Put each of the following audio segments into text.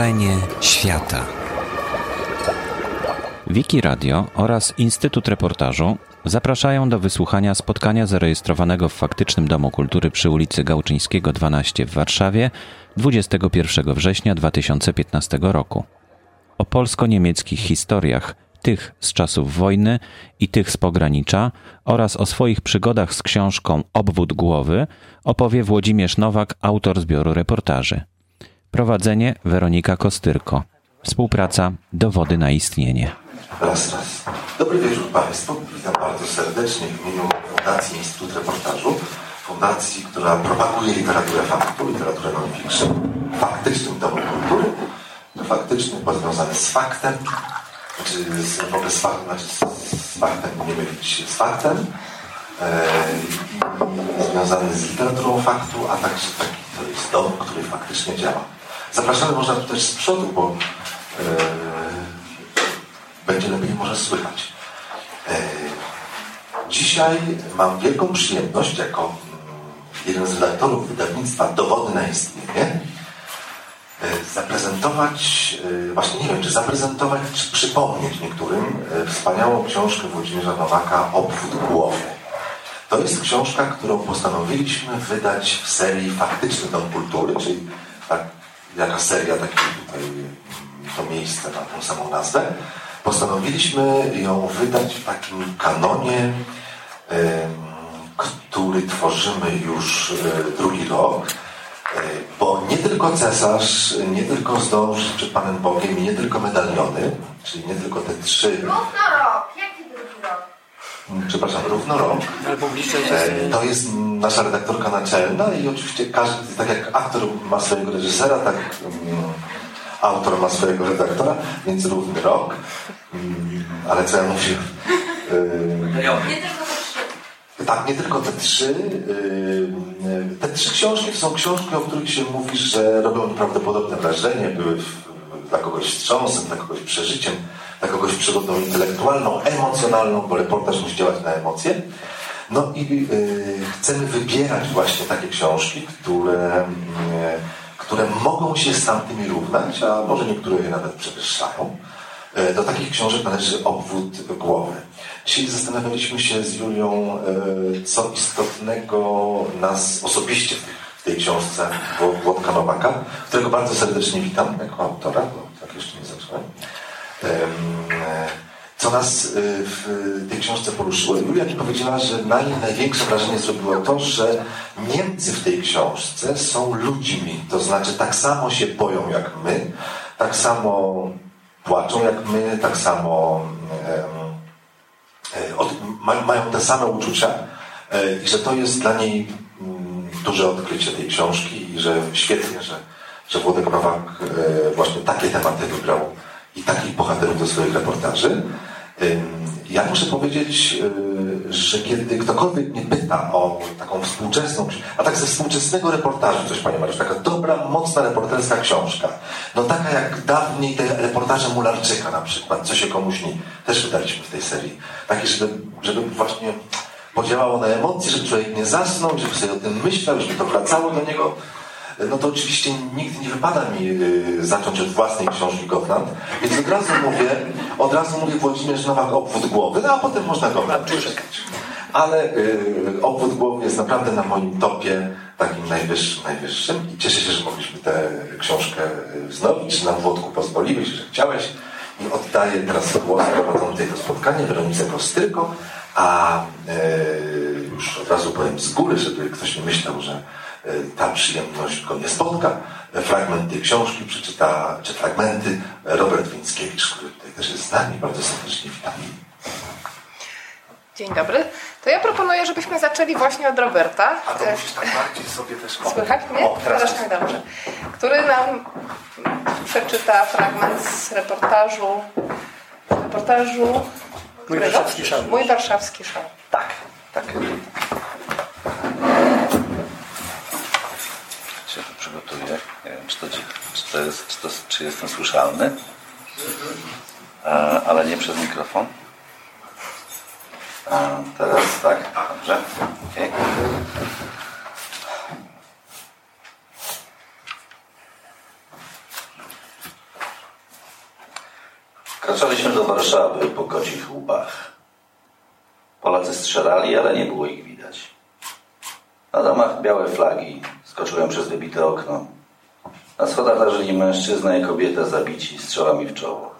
Wrażenie świata. Wiki Radio oraz Instytut Reportażu zapraszają do wysłuchania spotkania zarejestrowanego w Faktycznym Domu Kultury przy ulicy Gałczyńskiego 12 w Warszawie 21 września 2015 roku. O polsko-niemieckich historiach, tych z czasów wojny i tych z pogranicza oraz o swoich przygodach z książką Obwód głowy opowie Włodzimierz Nowak, autor zbioru reportaży. Prowadzenie Weronika Kostyrko. Współpraca Dowody na istnienie. Raz. Dobry wieczór Państwu. Witam bardzo serdecznie w imieniu Fundacji Instytut Reportażu. Fundacji, która propaguje literaturę faktu, literaturę non-fiction w Faktycznym Domu Kultury. To faktyczny, związany z faktem, w ogóle z faktem nie mylić się z faktem, i związany z literaturą faktu, a także taki to jest dom, który faktycznie działa. Zapraszamy można tu też z przodu, bo będzie lepiej może słychać. Dzisiaj mam wielką przyjemność jako jeden z redaktorów wydawnictwa Dowody na istnienie zaprezentować, właśnie nie wiem, czy zaprezentować, czy przypomnieć niektórym wspaniałą książkę Włodzimierza Nowaka Obwód głowy. To jest książka, którą postanowiliśmy wydać w serii Faktyczny Dom Kultury, czyli tak, jaka seria, takie tutaj to miejsce ma tą samą nazwę. Postanowiliśmy ją wydać w takim kanonie, który tworzymy już drugi rok, bo nie tylko cesarz, nie tylko zdążyć przed Panem Bogiem i nie tylko medaliony, czyli nie tylko te trzy... Równorok! Jaki drugi rok? Przepraszam, równorok. To jest nasza redaktorka naczelna i oczywiście każdy, tak jak aktor ma swojego reżysera, tak autor ma swojego redaktora, więc równy rok. Ale co ja mówię? Nie tylko te trzy. Tak, nie tylko te trzy. Te trzy książki to są książki, o których się mówi, że robią nieprawdopodobne wrażenie, były dla kogoś wstrząsem, dla kogoś przeżyciem, dla kogoś przygodą intelektualną, emocjonalną, bo reportaż musi działać na emocje. No i chcemy wybierać właśnie takie książki, które mogą się z tamtymi równać, a może niektóre je nawet przewyższają. Do takich książek należy Obwód głowy. Dzisiaj zastanawialiśmy się z Julią, co istotnego nas osobiście w tej książce Włodka Nowaka, którego bardzo serdecznie witam jako autora, bo tak jeszcze nie zacząłem. Co nas w tej książce poruszyło. Julia mi powiedziała, że na niej największe wrażenie zrobiło to, że Niemcy w tej książce są ludźmi. To znaczy tak samo się boją jak my, tak samo płaczą jak my, tak samo mają te same uczucia i że to jest dla niej duże odkrycie tej książki i że świetnie, że Włodek Nowak właśnie takie tematy wybrał i takich bohaterów do swoich reportaży. Ja muszę powiedzieć, że kiedy ktokolwiek mnie pyta o taką współczesną, a tak ze współczesnego reportażu coś, Panie Mariusz, taka dobra, mocna reporterska książka, no taka jak dawniej te reportaże Mularczyka na przykład, Co się komu śni, też wydaliśmy w tej serii. Takie, żeby właśnie podziałało na emocje, żeby człowiek nie zasnął, żeby sobie o tym myślał, żeby to wracało do niego. No to oczywiście nigdy nie wypada mi zacząć od własnej książki Gotland, więc od razu mówię Włodzimierz Nowak Obwód głowy, no a potem można go przeczytać. Ale Obwód głowy jest naprawdę na moim topie takim najwyższym i cieszę się, że mogliśmy tę książkę wznowić, że nam Włodku pozwoliłeś, że chciałeś i oddaję teraz głos prowadzącej to spotkanie Weronice Kostyrko, a już od razu powiem z góry, żeby ktoś nie myślał, że ta przyjemność go nie spotka. Fragment tej książki przeczyta, czy fragmenty, Robert Więckiewicz, który tutaj też jest z nami. Bardzo serdecznie witam. Dzień dobry. To ja proponuję, żebyśmy zaczęli właśnie od Roberta. A to musisz tak bardziej sobie też... Słychać mnie? Teraz tak dobrze. Który nam przeczyta fragment z reportażu... Mój warszawski szał. Mój warszawski szał. Tak. Się to przygotuję. Nie wiem, czy jestem słyszalny, ale nie przez mikrofon. Teraz tak, dobrze. Okay. Wkraczaliśmy do Warszawy po kocich łbach. Polacy strzelali, ale nie było ich widać. Na domach białe flagi. Skoczyłem przez wybite okno. Na schodach leżeli mężczyzna i kobieta zabici strzałami w czoło.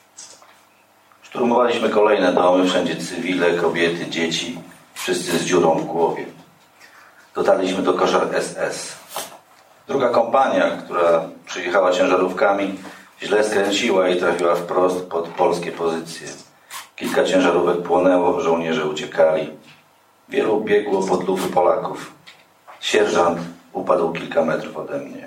Szturmowaliśmy kolejne domy, wszędzie cywile, kobiety, dzieci, wszyscy z dziurą w głowie. Dotarliśmy do koszar SS. Druga kompania, która przyjechała ciężarówkami, źle skręciła i trafiła wprost pod polskie pozycje. Kilka ciężarówek płonęło, żołnierze uciekali. Wielu biegło pod lufy Polaków. Sierżant upadł kilka metrów ode mnie.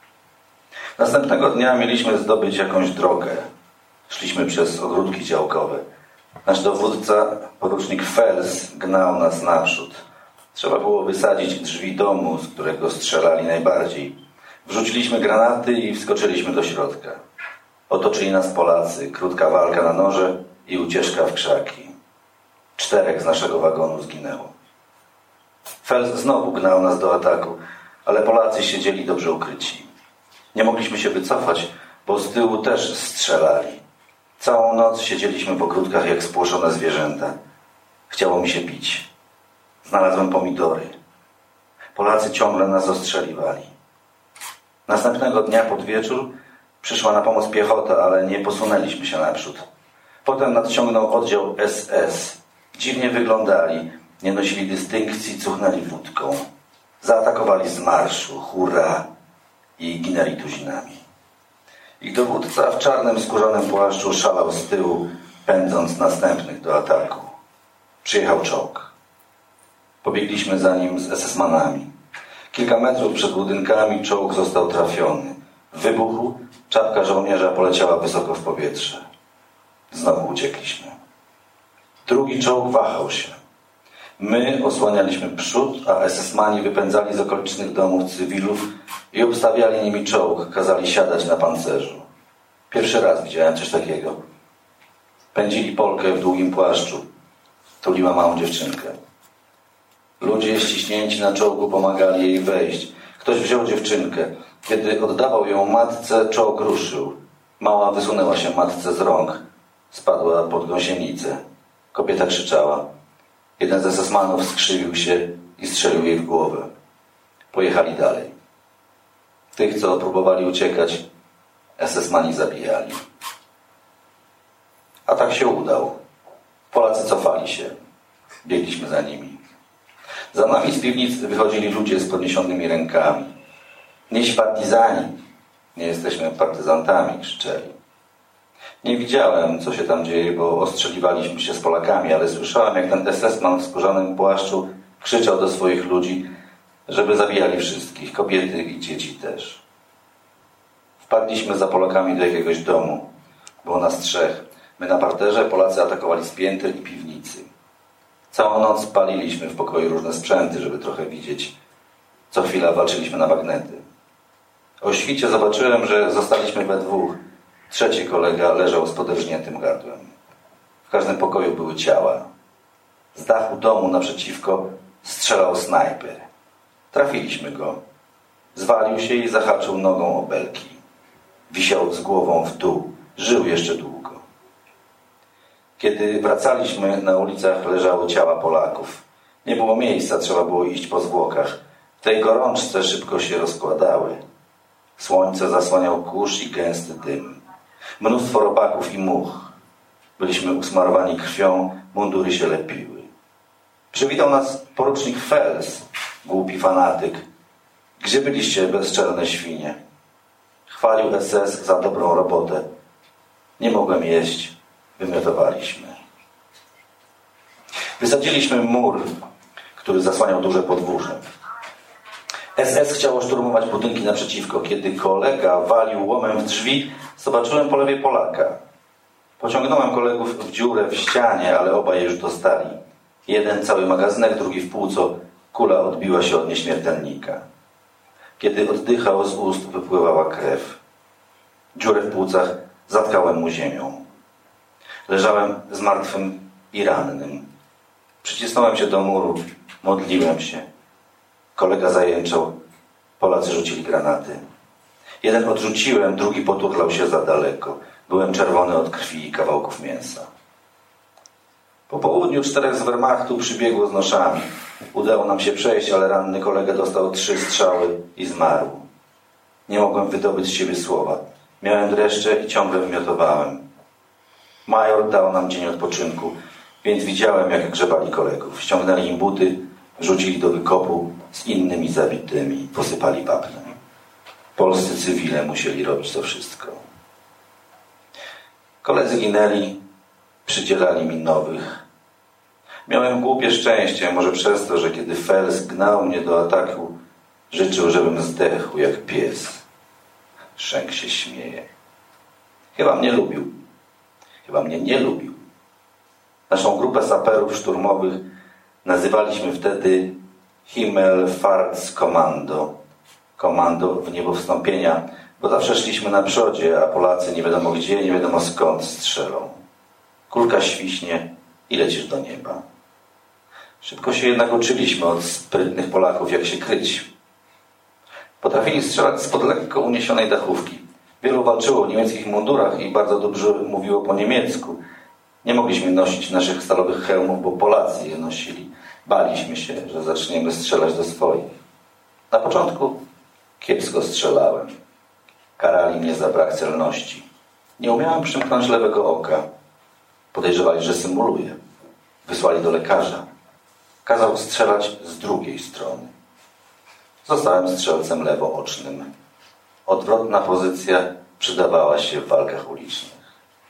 Następnego dnia mieliśmy zdobyć jakąś drogę. Szliśmy przez ogródki działkowe. Nasz dowódca, porucznik Fels, gnał nas naprzód. Trzeba było wysadzić drzwi domu, z którego strzelali najbardziej. Wrzuciliśmy granaty i wskoczyliśmy do środka. Otoczyli nas Polacy, krótka walka na noże i ucieczka w krzaki. 4 z naszego wagonu zginęło. Fels znowu gnał nas do ataku, ale Polacy siedzieli dobrze ukryci. Nie mogliśmy się wycofać, bo z tyłu też strzelali. Całą noc siedzieliśmy w ogródkach jak spłoszone zwierzęta. Chciało mi się pić. Znalazłem pomidory. Polacy ciągle nas ostrzeliwali. Następnego dnia pod wieczór przyszła na pomoc piechota, ale nie posunęliśmy się naprzód. Potem nadciągnął oddział SS. Dziwnie wyglądali. Nie nosili dystynkcji, cuchnęli wódką. Zaatakowali z marszu, hurra! I ginęli tuzinami. Ich dowódca w czarnym skórzanym płaszczu szalał z tyłu, pędząc następnych do ataku. Przyjechał czołg. Pobiegliśmy za nim z SS-manami. Kilka metrów przed budynkami czołg został trafiony. W wybuchu czapka żołnierza poleciała wysoko w powietrze. Znowu uciekliśmy. Drugi czołg wahał się. My osłanialiśmy przód, a SS-mani wypędzali z okolicznych domów cywilów i obstawiali nimi czołg, kazali siadać na pancerzu. Pierwszy raz widziałem coś takiego. Pędzili Polkę w długim płaszczu. Tuliła małą dziewczynkę. Ludzie ściśnięci na czołgu pomagali jej wejść. Ktoś wziął dziewczynkę. Kiedy oddawał ją matce, czołg ruszył. Mała wysunęła się matce z rąk. Spadła pod gąsienicę. Kobieta krzyczała. Jeden z SS-manów skrzywił się i strzelił jej w głowę. Pojechali dalej. Tych, co próbowali uciekać, SS-mani zabijali. Atak się udał. Polacy cofali się. Biegliśmy za nimi. Za nami z piwnicy wychodzili ludzie z podniesionymi rękami. Nieś partyzani. Nie jesteśmy partyzantami, krzyczeli. Nie widziałem, co się tam dzieje, bo ostrzeliwaliśmy się z Polakami, ale słyszałem, jak ten SS-man w skórzanym płaszczu krzyczał do swoich ludzi, żeby zabijali wszystkich, kobiety i dzieci też. Wpadliśmy za Polakami do jakiegoś domu. Było nas 3. My na parterze, Polacy atakowali z pięter i piwnicy. Całą noc paliliśmy w pokoju różne sprzęty, żeby trochę widzieć. Co chwila walczyliśmy na bagnety. O świcie zobaczyłem, że zostaliśmy we 2. 3 kolega leżał z poderżniętym gardłem. W każdym pokoju były ciała. Z dachu domu naprzeciwko strzelał snajper. Trafiliśmy go. Zwalił się i zahaczył nogą o belki. Wisiał z głową w dół. Żył jeszcze długo. Kiedy wracaliśmy, na ulicach leżały ciała Polaków. Nie było miejsca, trzeba było iść po zwłokach. W tej gorączce szybko się rozkładały. Słońce zasłaniał kurz i gęsty dym. Mnóstwo robaków i much. Byliśmy usmarowani krwią, mundury się lepiły. Przywitał nas porucznik Fels, głupi fanatyk. Gdzie byliście, bezczelne świnie? Chwalił SS za dobrą robotę. Nie mogłem jeść. Wymiotowaliśmy. Wysadziliśmy mur, który zasłaniał duże podwórze. SS chciało szturmować budynki naprzeciwko. Kiedy kolega walił łomem w drzwi, zobaczyłem po lewej Polaka. Pociągnąłem kolegów w dziurę w ścianie, ale obaj już dostali. Jeden cały magazynek, drugi w płuco. Kula odbiła się od nieśmiertelnika. Kiedy oddychał, z ust wypływała krew. Dziurę w płucach zatkałem mu ziemią. Leżałem z martwym i rannym. Przycisnąłem się do muru, modliłem się. Kolega zajęczał. Polacy rzucili granaty. Jeden odrzuciłem, drugi poturlał się za daleko. Byłem czerwony od krwi i kawałków mięsa. Po południu 4 z Wehrmachtu przybiegło z noszami. Udało nam się przejść, ale ranny kolega dostał 3 strzały i zmarł. Nie mogłem wydobyć z siebie słowa. Miałem dreszcze i ciągle wymiotowałem. Major dał nam dzień odpoczynku, więc widziałem, jak grzebali kolegów. Ściągnęli im buty, wrzucili do wykopu z innymi zabitymi, posypali wapnem. Polscy cywile musieli robić to wszystko. Koledzy ginęli, przydzielali mi nowych. Miałem głupie szczęście, może przez to, że kiedy Fels gnał mnie do ataku, życzył, żebym zdechł jak pies. Szęk się śmieje. Chyba mnie lubił. Chyba mnie nie lubił. Naszą grupę saperów szturmowych nazywaliśmy wtedy Himmelfahrtskommando. Komando w niebo wstąpienia, bo zawsze szliśmy na przodzie, a Polacy nie wiadomo gdzie, nie wiadomo skąd strzelą. Kulka świśnie i lecisz do nieba. Szybko się jednak uczyliśmy od sprytnych Polaków, jak się kryć. Potrafili strzelać spod lekko uniesionej dachówki. Wielu walczyło w niemieckich mundurach i bardzo dobrze mówiło po niemiecku. Nie mogliśmy nosić naszych stalowych hełmów, bo Polacy je nosili. Baliśmy się, że zaczniemy strzelać do swoich. Na początku kiepsko strzelałem. Karali mnie za brak celności. Nie umiałem przymknąć lewego oka. Podejrzewali, że symuluję. Wysłali do lekarza. Kazał strzelać z drugiej strony. Zostałem strzelcem lewoocznym. Odwrotna pozycja przydawała się w walkach ulicznych.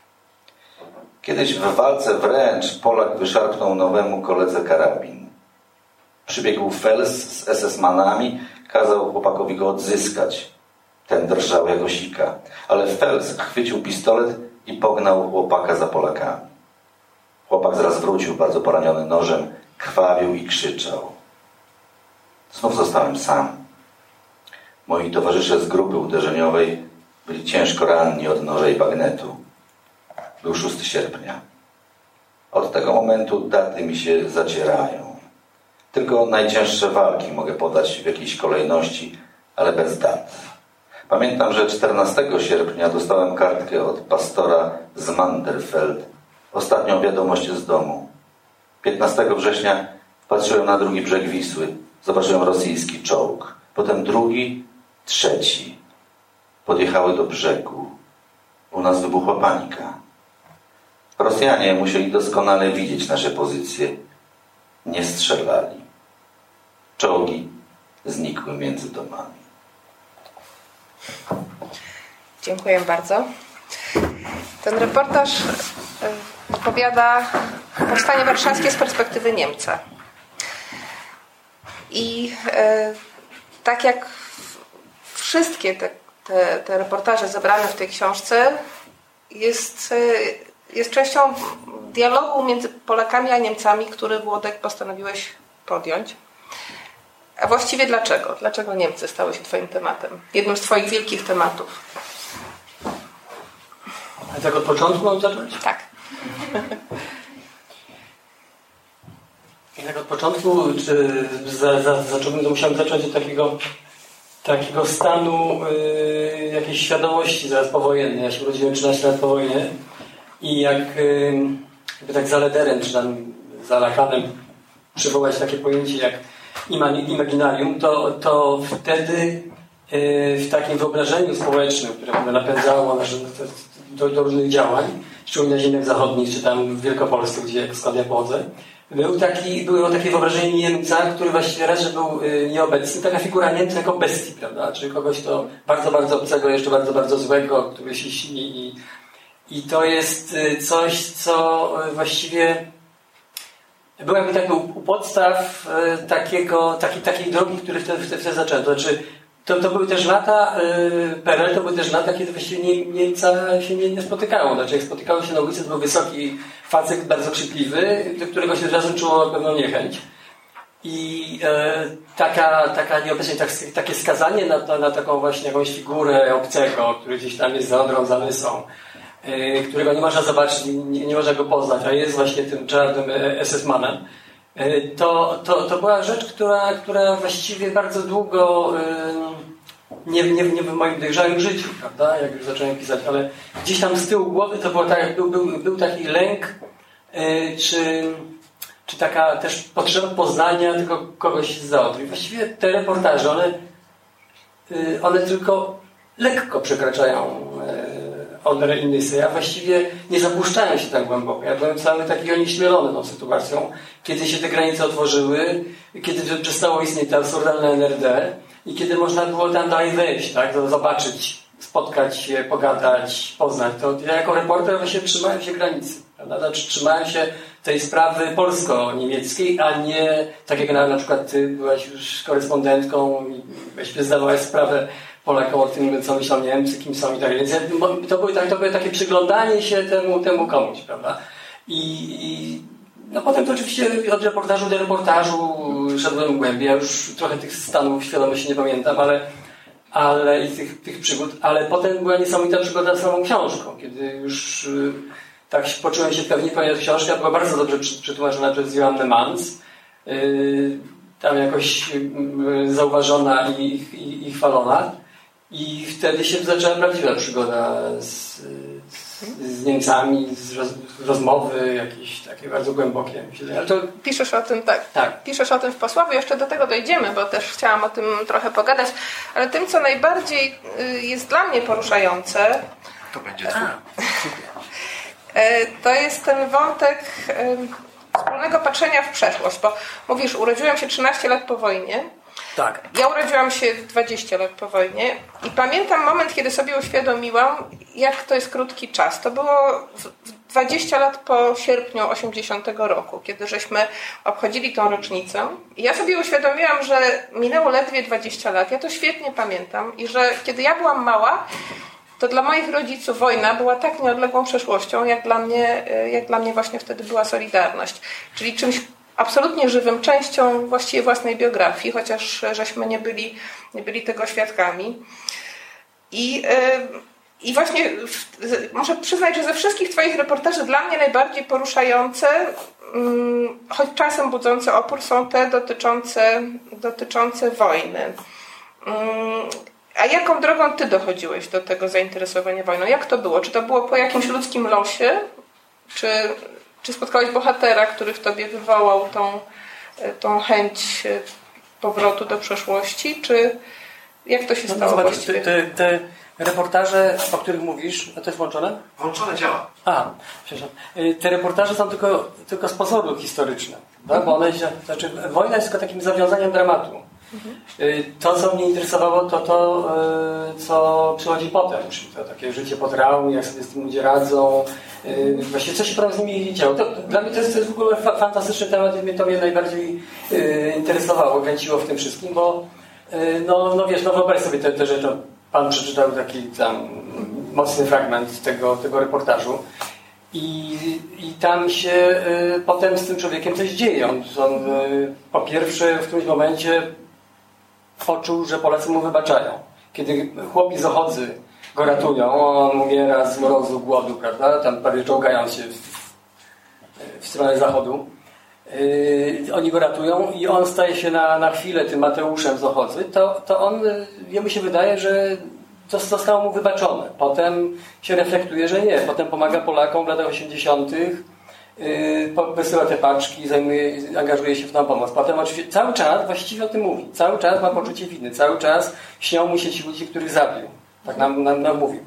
Kiedyś w walce wręcz Polak wyszarpnął nowemu koledze karabin. Przybiegł Fels z SS-manami, kazał chłopakowi go odzyskać. Ten drżał jak osika, ale Fels chwycił pistolet i pognał chłopaka za Polakami. Chłopak zaraz wrócił, bardzo poraniony nożem, krwawił i krzyczał. Znów zostałem sam. Moi towarzysze z grupy uderzeniowej byli ciężko ranni od noża i bagnetu. Był 6 sierpnia. Od tego momentu daty mi się zacierają. Tylko najcięższe walki mogę podać w jakiejś kolejności, ale bez dat. Pamiętam, że 14 sierpnia dostałem kartkę od pastora z Manderfeld. Ostatnią wiadomość z domu. 15 września patrzyłem na drugi brzeg Wisły. Zobaczyłem rosyjski czołg. Potem drugi, trzeci. Podjechały do brzegu. U nas wybuchła panika. Rosjanie musieli doskonale widzieć nasze pozycje. Nie strzelali. Czołgi znikły między domami. Dziękuję bardzo. Ten reportaż opowiada powstanie warszawskie z perspektywy Niemca. I tak jak wszystkie te reportaże zebrane w tej książce jest częścią dialogu między Polakami a Niemcami, który, Włodek, postanowiłeś podjąć. A właściwie dlaczego? Dlaczego Niemcy stały się twoim tematem? Jednym z twoich wielkich tematów. A tak od początku mam zacząć? Tak. I tak od początku, zacząłbym, to musiałem zacząć od takiego stanu jakiejś świadomości zaraz powojennej. Ja się urodziłem 13 lat po wojnie i jakby tak za Lederem, czy tam za Lacanem przywołać takie pojęcie jak imaginarium, to wtedy w takim wyobrażeniu społecznym, które napędzało nas do różnych działań, szczególnie na ziemiach zachodnich, czy tam w Wielkopolsce, skąd ja pochodzę, było takie wyobrażenie Niemca, który właściwie raz, że był nieobecny, taka figura Niemca jako bestii, prawda? Czyli kogoś to bardzo, bardzo obcego, jeszcze bardzo, bardzo złego, który się śni i to jest coś, co właściwie było jakby tak u podstaw takiej drogi, który wtedy zacząłem. To znaczy, to były też lata, PRL to były też lata, kiedy właściwie Niemca się nie spotykało. Znaczy, jak spotykało się na ulicy, to był wysoki facet, bardzo krzypliwy, do którego się od razu czuło pewną niechęć. I taka nieobecność, takie skazanie na taką właśnie jakąś figurę obcego, który gdzieś tam jest za Odrą, za Lysą, którego nie można zobaczyć, nie można go poznać, a jest właśnie tym czarnym SS-manem. To była rzecz, która właściwie bardzo długo nie w moim dojrzałym życiu, prawda, jak już zacząłem pisać, ale gdzieś tam z tyłu głowy to było tak, był taki lęk, czy taka też potrzeba poznania tylko kogoś z zaodu. I właściwie te reportaże, one tylko lekko przekraczają odrę innej, a właściwie nie zapuszczają się tak głęboko. Ja byłem cały taki onieśmielony tą sytuacją, kiedy się te granice otworzyły, kiedy przestało istnieć to absurdalne NRD i kiedy można było tam dalej wejść, tak, zobaczyć, spotkać się, pogadać, poznać. To ja jako reporter właśnie trzymałem się granicy, prawda? Znaczy, trzymałem się tej sprawy polsko-niemieckiej, a nie tak jak na przykład ty byłaś już korespondentką i weźmy zdawałaś sprawę Polakom o tym, co myślą Niemcy, kim są i tak dalej. To było takie przyglądanie się temu komuś, prawda? No potem to oczywiście od reportażu do reportażu szedłem głębiej. Ja już trochę tych stanów świadomości nie pamiętam, ale i tych przygód, ale potem była niesamowita przygoda z samą książką, kiedy już tak poczułem się pewnie, ponieważ książka była bardzo dobrze przetłumaczona przez Joannę Mans, tam jakoś zauważona i chwalona. I wtedy się zaczęła prawdziwa przygoda z Niemcami, rozmowy jakieś takie bardzo głębokie. Ale to... Piszesz o tym, tak. Piszesz o tym w posłowie, jeszcze do tego dojdziemy, bo też chciałam o tym trochę pogadać, ale tym, co najbardziej jest dla mnie poruszające, to będzie twoje. To jest ten wątek wspólnego patrzenia w przeszłość, bo mówisz, urodziłam się 13 lat po wojnie. Tak. Ja urodziłam się 20 lat po wojnie i pamiętam moment, kiedy sobie uświadomiłam, jak to jest krótki czas. To było 20 lat po sierpniu 80 roku, kiedy żeśmy obchodzili tą rocznicę. I ja sobie uświadomiłam, że minęło ledwie 20 lat. Ja to świetnie pamiętam i że kiedy ja byłam mała, to dla moich rodziców wojna była tak nieodległą przeszłością, jak dla mnie właśnie wtedy była Solidarność. Czyli czymś absolutnie żywym, częścią właściwie własnej biografii, chociaż żeśmy nie byli tego świadkami. I właśnie muszę przyznać, że ze wszystkich twoich reportaży dla mnie najbardziej poruszające, choć czasem budzące opór, są te dotyczące wojny. A jaką drogą ty dochodziłeś do tego zainteresowania wojną? Jak to było? Czy to było po jakimś ludzkim losie? Czy spotkałeś bohatera, który w tobie wywołał tą chęć powrotu do przeszłości? Czy jak to się stało właściwie? Te reportaże, o których mówisz, a to jest włączone? Włączone działa. Przepraszam. Te reportaże są tylko z pozoru historyczne. Tak? Bo one znaczy, wojna jest tylko takim zawiązaniem dramatu. To, co mnie interesowało, to co przychodzi potem, czyli to takie życie po traumie, jak sobie z tym ludzie radzą, właściwie co się potem z nimi działo. Dla mnie to jest w ogóle fantastyczny temat i to mnie najbardziej interesowało, kręciło w tym wszystkim, bo wiesz, wyobraź sobie że to pan przeczytał taki tam mocny fragment tego reportażu i tam się potem z tym człowiekiem coś dzieje. On po pierwsze w którymś momencie poczuł, że Polacy mu wybaczają. Kiedy chłopi z Ochotzy go ratują, on umiera z mrozu, głodu, prawda? Tam prawie czołgając się w stronę zachodu. Oni go ratują i on staje się na chwilę tym Mateuszem z Ochotzy, to jemu się wydaje, że to zostało mu wybaczone. Potem się reflektuje, że nie. Potem pomaga Polakom w latach 80., wysyła te paczki, angażuje się w tą pomoc. Potem oczywiście cały czas właściwie o tym mówi. Cały czas ma poczucie winy. Cały czas śnią mu się ci ludzie, których zabił. Tak nam mówił.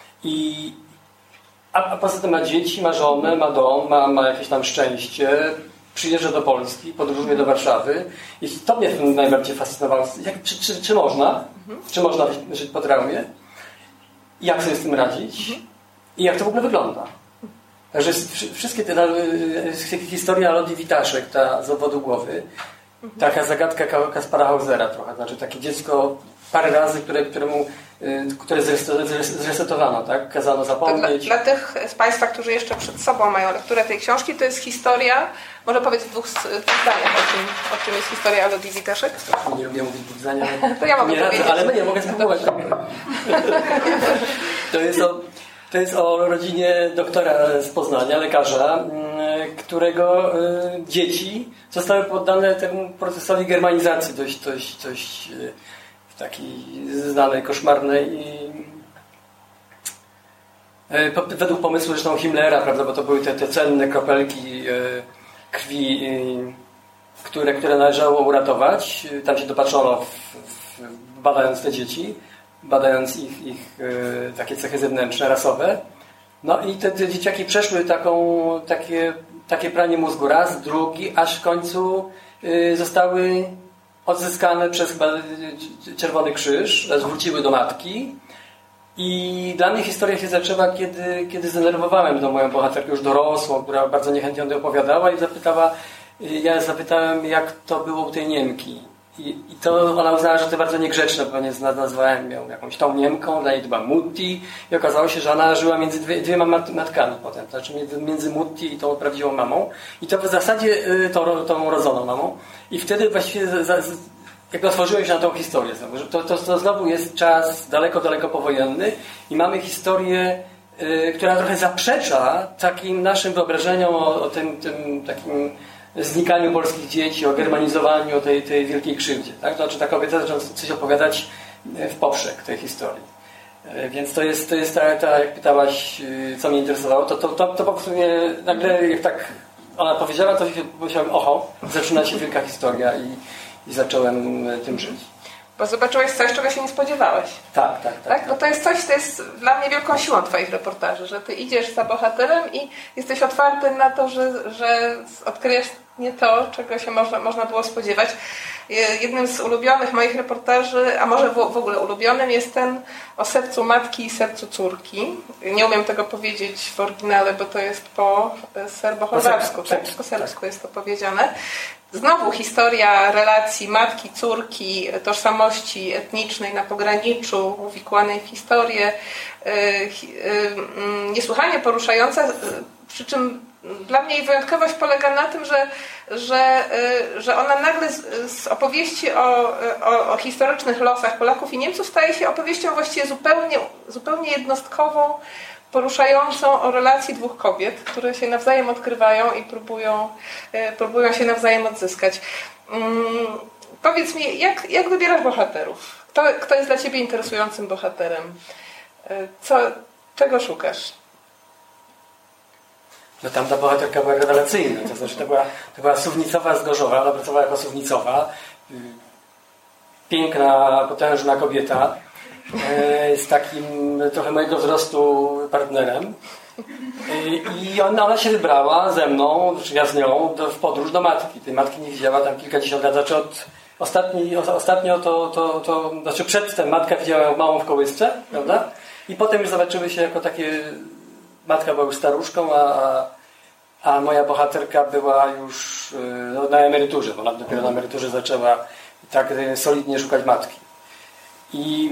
A poza tym ma dzieci, ma żonę, ma dom, ma jakieś tam szczęście. Przyjeżdża do Polski, podróżuje do Warszawy. I to mnie najbardziej fascynowało. Czy można? Czy można żyć po traumie? Jak sobie z tym radzić? I jak to w ogóle wygląda? Także wszystkie te historia Lodi Witaszek, ta z obwodu głowy, taka zagadka Kaspara Hausera trochę, znaczy takie dziecko parę razy, które zresetowano, tak? Kazano zapomnieć. Dla tych z Państwa, którzy jeszcze przed sobą mają lekturę tej książki, to jest historia, może powiedz w dwóch zdaniach, o czym jest historia Lodi Witaszek? Nie lubię mówić w dwóch zdaniach. To ja mogę powiedzieć. Ale nie mogę spróbować. To jest o rodzinie doktora z Poznania, lekarza, którego dzieci zostały poddane temu procesowi germanizacji dość takiej znanej, koszmarnej i według pomysłu zresztą Himmlera, prawda, bo to były te cenne kropelki krwi, które należało uratować. Tam się dopatrzono, badając te dzieci, badając ich takie cechy zewnętrzne, rasowe. No i te dzieciaki przeszły takie pranie mózgu raz, drugi, aż w końcu zostały odzyskane przez chyba Czerwony Krzyż, wróciły do matki. I dla mnie historia się zaczęła, kiedy zdenerwowałem tą moją bohaterkę już dorosłą, która bardzo niechętnie o tym opowiadała i ja zapytałem, jak to było u tej Niemki. I to ona uznała, że to bardzo niegrzeczne, bo nie nazwałem ją jakąś tą Niemką, dla niej to była Mutti i okazało się, że ona żyła między dwiema matkami potem, to znaczy między Mutti i tą prawdziwą mamą i to w zasadzie tą rodzoną mamą i wtedy właściwie jakby otworzyłem się na tą historię znowu, że to znowu jest czas daleko, daleko powojenny i mamy historię, która trochę zaprzecza takim naszym wyobrażeniom o tym takim znikaniu polskich dzieci, o germanizowaniu, o tej wielkiej krzywdzie. Tak? To znaczy ta kobieta zaczyna coś opowiadać w poprzek tej historii. Więc to jest jak pytałaś, co mnie interesowało, to po prostu mnie nagle, jak tak ona powiedziała, to się pomyślałem, oho, zaczyna się wielka historia i zacząłem tym żyć. Bo zobaczyłeś coś, czego się nie spodziewałeś. Tak. Bo to jest coś, co jest dla mnie wielką siłą twoich reportaży, że ty idziesz za bohaterem i jesteś otwarty na to, że odkryjesz nie to, czego się można było spodziewać. Jednym z ulubionych moich reportażu, a może w ogóle ulubionym, jest ten o sercu matki i sercu córki. Nie umiem tego powiedzieć w oryginale, bo to jest po serbo-chorwacku, po serbsku jest to powiedziane. Znowu historia relacji matki, córki, tożsamości etnicznej na pograniczu, uwikłanej w historię, niesłychanie poruszająca, przy czym dla mnie jej wyjątkowość polega na tym, że ona nagle z opowieści o historycznych losach Polaków i Niemców staje się opowieścią właściwie zupełnie jednostkową, poruszającą o relacji dwóch kobiet, które się nawzajem odkrywają i próbują się nawzajem odzyskać. Powiedz mi, jak wybierasz bohaterów? Kto jest dla ciebie interesującym bohaterem? Czego szukasz? No tamta bohaterka była rewelacyjna, to znaczy to była Suwnicowa z Gorzowa, ona pracowała jako Suwnicowa, piękna, potężna kobieta, z takim trochę mojego wzrostu partnerem i ona się wybrała ze mną, czy ja z nią, w podróż do matki. Tej matki nie widziała tam kilkadziesiąt lat, znaczy ostatnio znaczy przedtem matka widziała ją małą w kołysce, prawda? I potem już zobaczyły się jako takie, matka była już staruszką, a moja bohaterka była już na emeryturze, bo ona dopiero na emeryturze zaczęła tak solidnie szukać matki. I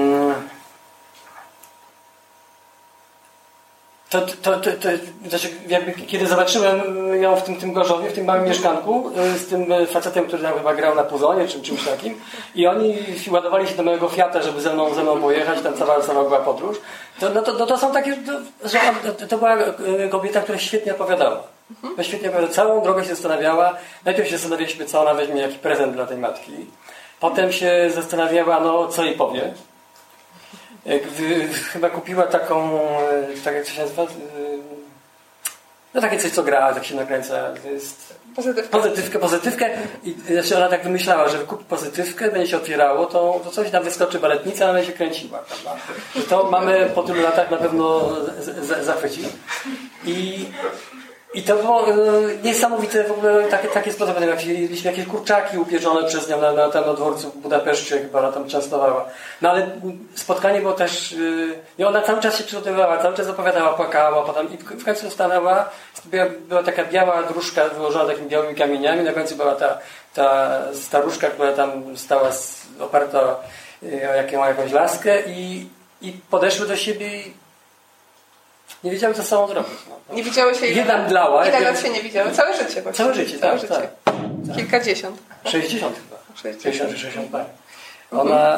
znaczy jakby, kiedy zobaczyłem ją w tym Gorzowie, w tym małym mieszkanku z tym facetem, który tam chyba grał na puzonie czy czymś takim i oni ładowali się do mojego Fiata, żeby ze mną pojechać, tam cała była podróż, to są takie, że to była kobieta, która świetnie opowiadała. Świetnie opowiadała. Całą drogę się zastanawiała. Najpierw się zastanawialiśmy, co ona weźmie, jaki prezent dla tej matki. Potem się zastanawiała, co jej powie. Chyba kupiła taką, tak jak to się nazywa, no takie coś, co gra, tak się nakręca. To jest pozytywkę. I znaczy ona tak wymyślała, że kupi pozytywkę, będzie się otwierało, to coś tam wyskoczy baletnica, ale się kręciła. Prawda? To mamy po tylu latach na pewno zachwycić. I to było niesamowite w ogóle takie spotkanie. Mieliśmy jakieś kurczaki upieczone przez nią na dworcu w Budapeszcie, chyba ona tam częstowała. No ale spotkanie było też... I ona cały czas się przygotowywała, cały czas opowiadała, płakała, potem i w końcu stanęła, była taka biała dróżka wyłożona takimi białymi kamieniami, na końcu była ta staruszka, która tam stała oparta o jakąś laskę i podeszły do siebie nie wiedziały, co z sobą zrobić. No. Nie widziały się jedna mdlała. Ile lat się nie widziały? Całe życie właściwie. Całe życie, tak. Kilkadziesiąt. 60 chyba. 60 czy 60 parę. Ona...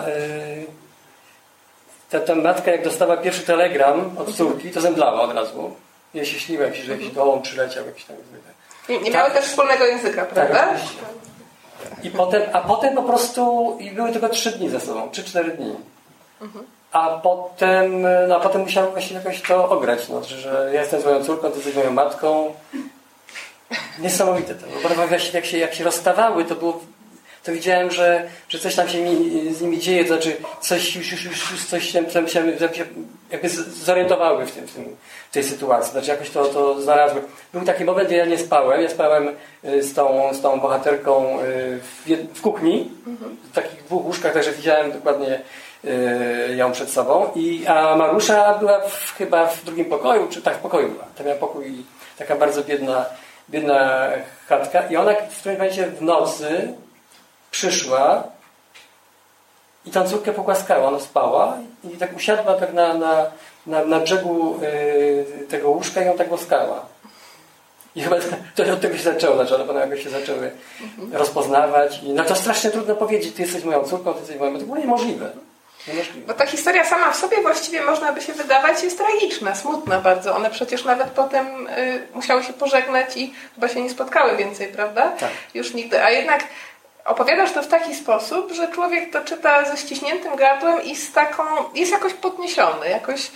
Ta matka, jak dostała pierwszy telegram od córki, to zemdlała od razu. Jej się śniło, że jakiś gołąb przyleciał. Jakiś tam... Nie miały też wspólnego języka, prawda? Tak, A potem po prostu i były tylko 3 dni ze sobą, 3-4 dni. A potem musiałem właśnie jakoś to ograć, no, że ja jestem swoją córką, ty jesteś moją matką. Niesamowite to. Bo jak się rozstawały, to widziałem, że coś tam się z nimi dzieje, to znaczy coś się jakby zorientowały w tej sytuacji. Znaczy jakoś to znalazły. Był taki moment, gdzie ja nie spałem. Ja spałem z tą bohaterką w kuchni, w takich 2 łóżkach, także widziałem dokładnie ją przed sobą. A Marusza była chyba w drugim pokoju, czy tak w pokoju była. To miała pokój, taka bardzo biedna chatka. I ona w którymś momencie w nocy przyszła i tą córkę pogłaskała. Ona spała i tak usiadła tak na brzegu tego łóżka i ją tak głaskała. I chyba to od tego się zaczęło, one jakoś się zaczęły rozpoznawać. I no to strasznie trudno powiedzieć, ty jesteś moją córką, ty jesteś moją... To było niemożliwe. Bo ta historia sama w sobie właściwie można by się wydawać jest tragiczna, smutna bardzo. One przecież nawet potem musiały się pożegnać i chyba się nie spotkały więcej, prawda? Tak. Już nigdy. A jednak opowiadasz to w taki sposób, że człowiek to czyta ze ściśniętym gardłem i jest jakoś podniesiony, jakoś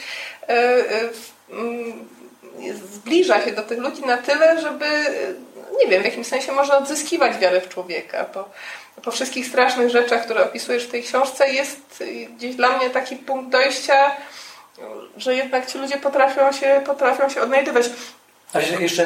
zbliża się do tych ludzi na tyle, żeby, nie wiem, w jakimś sensie może odzyskiwać wiarę w człowieka. Po wszystkich strasznych rzeczach, które opisujesz w tej książce, jest gdzieś dla mnie taki punkt dojścia, że jednak ci ludzie potrafią się odnajdywać. A jeszcze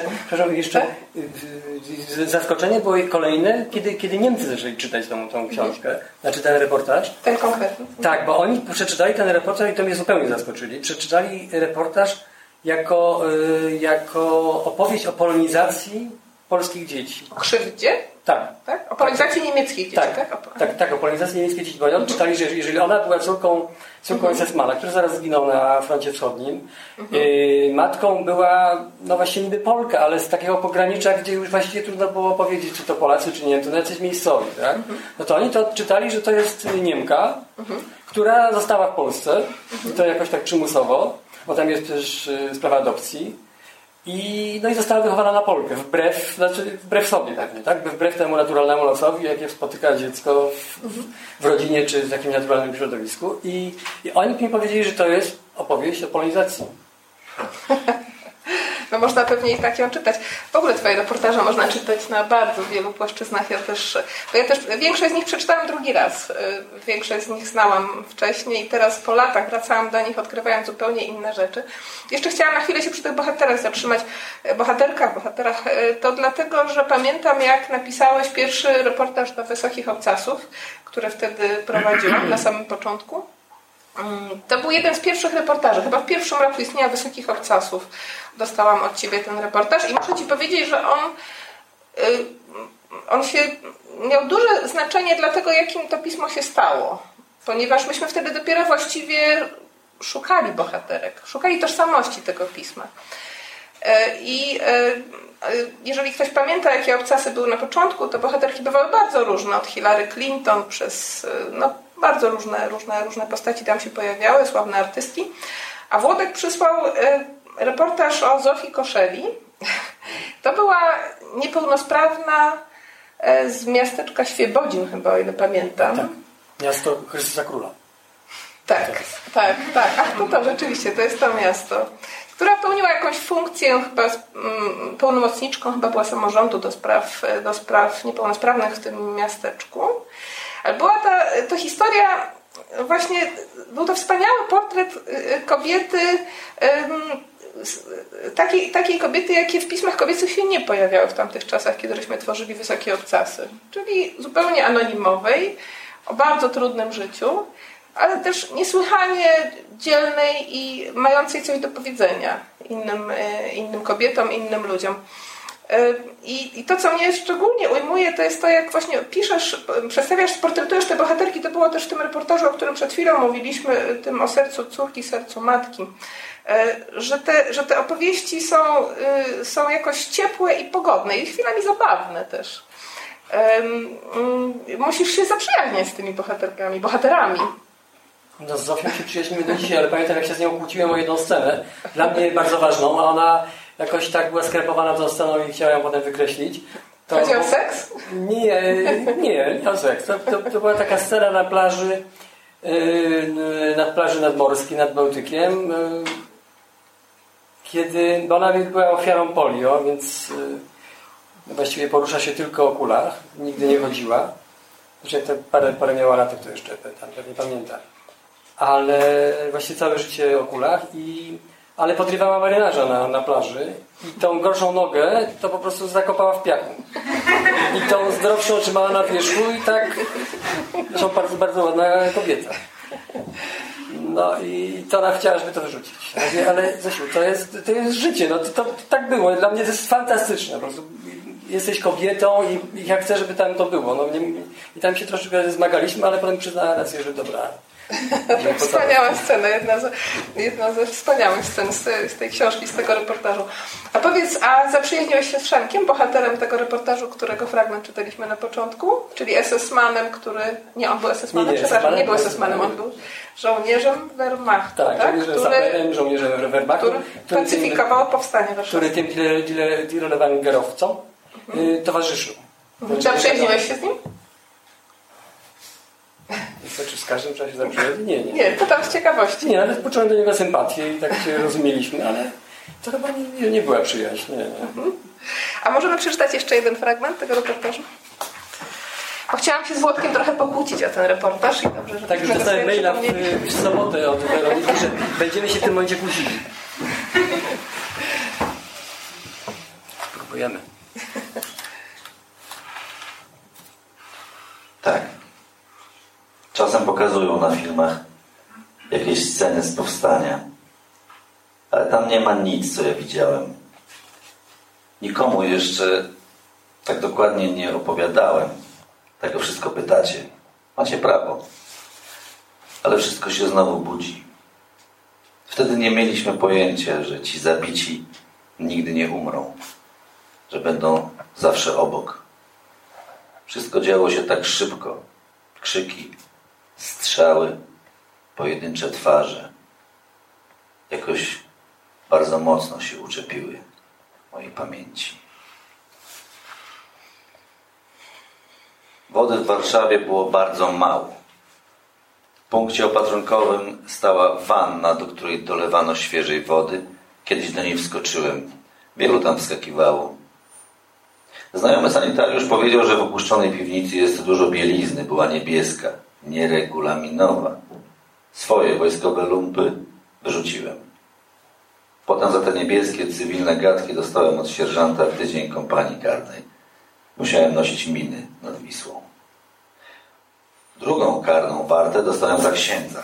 zaskoczenie było kolejne, kiedy Niemcy zaczęli czytać tą książkę, znaczy ten reportaż. Ten konkretny. Tak, bo oni przeczytali ten reportaż i to mnie zupełnie zaskoczyli. Przeczytali reportaż jako opowieść o polonizacji polskich dzieci. O krzywdzie? Tak. O polonizacji niemieckich dzieci, tak? O polonizacji niemieckich dzieci. Bo oni czytali, że jeżeli ona była córką SS-mana, który zaraz zginął na froncie wschodnim, matką była, no właśnie niby Polka, ale z takiego pogranicza, gdzie już właściwie trudno było powiedzieć, czy to Polacy, czy nie, to jacyś miejscowi, tak? No to oni to czytali, że to jest Niemka, która została w Polsce i to jakoś tak przymusowo, bo tam jest przecież sprawa adopcji. I została wychowana na Polkę, wbrew sobie pewnie, tak? Wbrew temu naturalnemu losowi, jakie spotyka dziecko w rodzinie czy w takim naturalnym środowisku. I oni mi powiedzieli, że to jest opowieść o polonizacji. No można pewnie i tak ją czytać. W ogóle twoje reportaże można czytać na bardzo wielu płaszczyznach. Ja też większość z nich przeczytałam drugi raz. Większość z nich znałam wcześniej i teraz po latach wracałam do nich, odkrywając zupełnie inne rzeczy. Jeszcze chciałam na chwilę się przy tych bohaterach zatrzymać. Bohaterach, to dlatego, że pamiętam, jak napisałeś pierwszy reportaż do Wysokich Obcasów, które wtedy prowadziłam na samym początku. To był jeden z pierwszych reportaży. Chyba w pierwszym roku istnienia Wysokich Obcasów dostałam od ciebie ten reportaż i muszę ci powiedzieć, że on się miał duże znaczenie dla tego, jakim to pismo się stało. Ponieważ myśmy wtedy dopiero właściwie szukali bohaterek, szukali tożsamości tego pisma. I jeżeli ktoś pamięta, jakie obcasy były na początku, to bohaterki bywały bardzo różne, od Hillary Clinton przez bardzo różne postaci tam się pojawiały, sławne artystki. A Włodek przysłał reportaż o Zofii Koszeli. To była niepełnosprawna z miasteczka Świebodzin chyba, o ile pamiętam. Tak. Miasto Chrystusa Króla. Tak. Ach, to rzeczywiście, to jest to miasto, która pełniła jakąś funkcję, chyba pełnomocniczką, chyba była samorządu do spraw niepełnosprawnych w tym miasteczku. Ale była to historia, właśnie był to wspaniały portret kobiety, takiej kobiety, jakie w pismach kobiecych się nie pojawiały w tamtych czasach, kiedy żeśmy tworzyli Wysokie Obcasy. Czyli zupełnie anonimowej, o bardzo trudnym życiu, ale też niesłychanie dzielnej i mającej coś do powiedzenia innym kobietom, innym ludziom. I to, co mnie szczególnie ujmuje, to jest to, jak właśnie piszesz, przedstawiasz, portretujesz te bohaterki. To było też w tym reportażu, o którym przed chwilą mówiliśmy, tym o sercu córki, sercu matki. Że te opowieści są jakoś ciepłe i pogodne i chwilami zabawne też. Musisz się zaprzyjaźniać z tymi bohaterami. No z Zofią się przyjaźnimy do dzisiaj, ale pamiętam, jak się z nią kłóciłem o jedną scenę, dla mnie bardzo ważną, a ona jakoś tak była skrepowana tą sceną i chciała ją potem wykreślić. Chodzi o seks? Nie o seks. To była taka scena na plaży nadmorskiej, nad Bałtykiem, kiedy ona była ofiarą polio, więc właściwie porusza się tylko o kulach, nigdy nie chodziła. Zresztą jak parę miała lat, to jeszcze tam pewnie pamięta. Ale właściwie całe życie o kulach ale podrywała marynarza na plaży i tą gorszą nogę to po prostu zakopała w piachu. I tą zdrowszą trzymała na wierzchu i tak... Zresztą bardzo, bardzo ładna kobieta. No i to ona chciała, żeby to wyrzucić. Ale Zosiu, to jest życie. No to tak było. Dla mnie to jest fantastyczne. Po prostu jesteś kobietą i ja chcę, żeby tam to było. No, i tam się troszeczkę zmagaliśmy, ale potem przyznała rację, że dobra. Wspaniała scena, jedna ze wspaniałych scen z tej książki, z tego reportażu. A powiedz, zaprzyjaźniłeś się z Frankiem, bohaterem tego reportażu, którego fragment czytaliśmy na początku? Czyli SS-manem, który... Nie, on był SS-manem? Przepraszam, nie był SS-manem, on był żołnierzem Wehrmachtu, tak? Żołnierzem Wehrmachtu, który pacyfikował powstanie warszawskie. Który tym dealerowcom towarzyszył. Zaprzyjaźniłeś się z nim? Czy z każdym trzeba się zaprzyjaźnić? Nie. Nie, pytam z ciekawości. Nie, nawet poczułem do niego sympatię i tak się rozumieliśmy, ale to chyba nie była przyjaźń. Nie. A możemy przeczytać jeszcze jeden fragment tego reportażu? Bo chciałam się z Włodkiem trochę pokłócić o ten reportaż i dobrze, że... Tak, już dostałem maila w sobotę od Weroniki, że będziemy się w tym momencie kłócili. Spróbujemy. Tak. Czasem pokazują na filmach jakieś sceny z powstania, ale tam nie ma nic, co ja widziałem. Nikomu jeszcze tak dokładnie nie opowiadałem. Tego wszystko pytacie. Macie prawo. Ale wszystko się znowu budzi. Wtedy nie mieliśmy pojęcia, że ci zabici nigdy nie umrą, że będą zawsze obok. Wszystko działo się tak szybko. Krzyki, strzały, pojedyncze twarze. Jakoś bardzo mocno się uczepiły w mojej pamięci. Wody w Warszawie było bardzo mało. W punkcie opatrunkowym stała wanna, do której dolewano świeżej wody. Kiedyś do niej wskoczyłem. Wielu tam wskakiwało. Znajomy sanitariusz powiedział, że w opuszczonej piwnicy jest dużo bielizny. Była niebieska, nieregulaminowa. Swoje wojskowe lumpy wyrzuciłem. Potem za te niebieskie, cywilne gadki dostałem od sierżanta w tydzień kompanii karnej. Musiałem nosić miny nad Wisłą. Drugą karną wartę dostałem za księdza.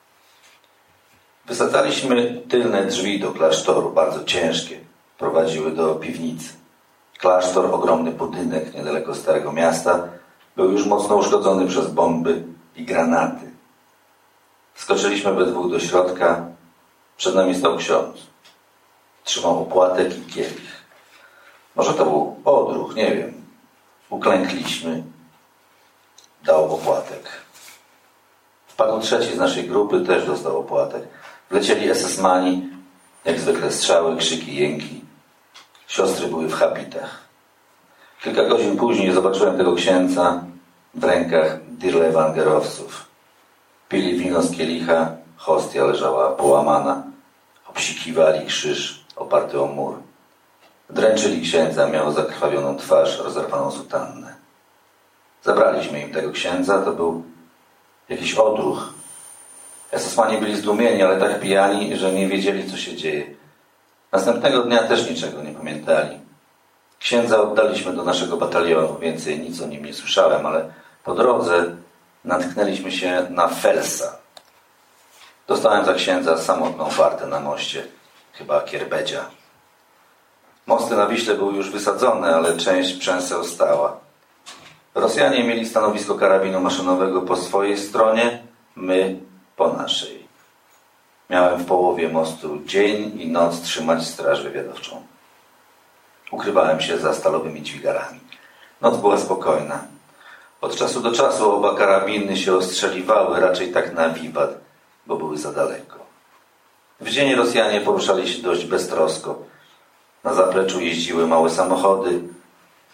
Wysadzaliśmy tylne drzwi do klasztoru, bardzo ciężkie. Prowadziły do piwnicy. Klasztor, ogromny budynek niedaleko Starego Miasta, był już mocno uszkodzony przez bomby i granaty. Wskoczyliśmy we dwóch do środka. Przed nami stał ksiądz. Trzymał opłatek i kielich. Może to był odruch, nie wiem. Uklękliśmy. Dał opłatek. Wpadł trzeci z naszej grupy, też dostał opłatek. Wlecieli SS-mani, jak zwykle strzały, krzyki, jęki. Siostry były w habitach. Kilka godzin później zobaczyłem tego księdza w rękach dirlewangerowców. Pili wino z kielicha, hostia leżała połamana. Obsikiwali krzyż oparty o mur. Dręczyli księdza, miał zakrwawioną twarz, rozerwaną sutannę. Zabraliśmy im tego księdza, to był jakiś odruch. SS-mani byli zdumieni, ale tak pijani, że nie wiedzieli, co się dzieje. Następnego dnia też niczego nie pamiętali. Księdza oddaliśmy do naszego batalionu, więcej nic o nim nie słyszałem, ale po drodze natknęliśmy się na Felsa. Dostałem za księdza samotną wartę na moście, chyba Kierbedzia. Mosty na Wiśle były już wysadzone, ale część przęseł stała. Rosjanie mieli stanowisko karabinu maszynowego po swojej stronie, my po naszej. Miałem w połowie mostu dzień i noc trzymać straż wywiadowczą. Ukrywałem się za stalowymi dźwigarami. Noc była spokojna. Od czasu do czasu oba karabiny się ostrzeliwały, raczej tak na wiwat, bo były za daleko. W dzień Rosjanie poruszali się dość beztrosko. Na zapleczu jeździły małe samochody.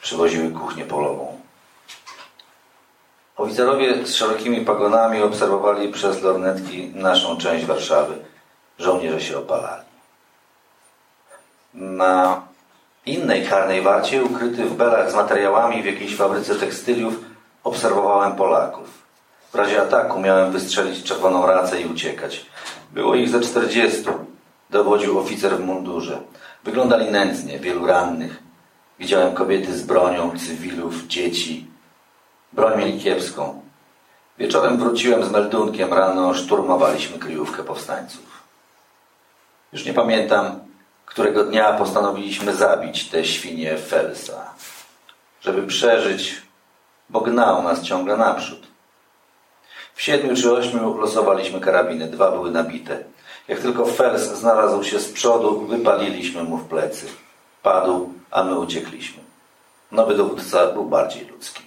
przywoziły kuchnię polową. Oficerowie z szerokimi pagonami obserwowali przez lornetki naszą część Warszawy. Żołnierze się opalali. Na innej karnej warcie, ukryty w belach z materiałami w jakiejś fabryce tekstyliów, obserwowałem Polaków. W razie ataku miałem wystrzelić czerwoną racę i uciekać. Było ich ze 40. Dowodził oficer w mundurze. Wyglądali nędznie, wielu rannych. Widziałem kobiety z bronią, cywilów, dzieci. Broń mieli kiepską. Wieczorem wróciłem z meldunkiem, rano szturmowaliśmy kryjówkę powstańców. Już nie pamiętam, którego dnia postanowiliśmy zabić te świnie Felsa. Żeby przeżyć, bo gnał nas ciągle naprzód. W 7 czy 8 losowaliśmy karabiny, 2 były nabite. Jak tylko Fels znalazł się z przodu, wypaliliśmy mu w plecy. Padł, a my uciekliśmy. Nowy dowódca był bardziej ludzki.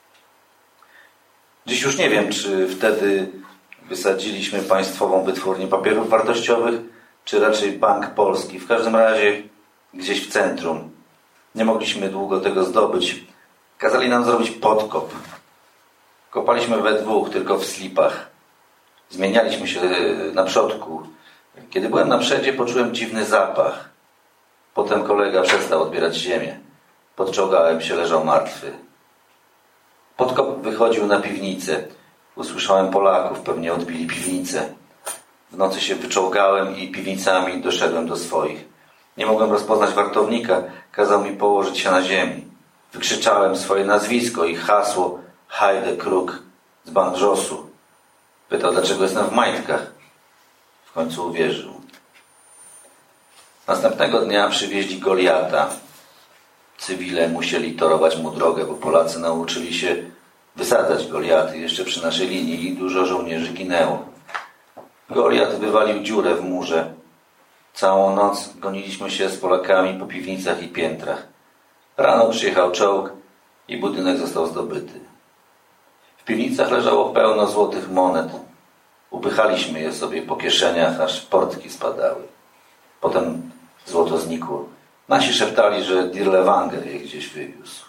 Dziś już nie wiem, czy wtedy wysadziliśmy państwową wytwórnię papierów wartościowych, czy raczej Bank Polski. W każdym razie gdzieś w centrum. Nie mogliśmy długo tego zdobyć. Kazali nam zrobić podkop. Kopaliśmy we dwóch, tylko w slipach. Zmienialiśmy się na przodku. Kiedy byłem na przedzie, poczułem dziwny zapach. Potem kolega przestał odbierać ziemię. Podczołgałem się, leżał martwy. Podkop wychodził na piwnicę. Usłyszałem Polaków, pewnie odbili piwnicę. W nocy się wyczołgałem i piwnicami doszedłem do swoich. Nie mogłem rozpoznać wartownika. Kazał mi położyć się na ziemi. Wykrzyczałem swoje nazwisko i hasło Hajde Kruk z Bandrzosu. Pytał, dlaczego jestem w majtkach. W końcu uwierzył. Następnego dnia przywieźli Goliata. Cywile musieli torować mu drogę, bo Polacy nauczyli się wysadzać Goliaty jeszcze przy naszej linii i dużo żołnierzy ginęło. Goliat wywalił dziurę w murze. Całą noc goniliśmy się z Polakami po piwnicach i piętrach. Rano przyjechał czołg i budynek został zdobyty. W piwnicach leżało pełno złotych monet. Upychaliśmy je sobie po kieszeniach, aż portki spadały. Potem złoto znikło. Nasi szeptali, że Dirlewanger je gdzieś wywiózł.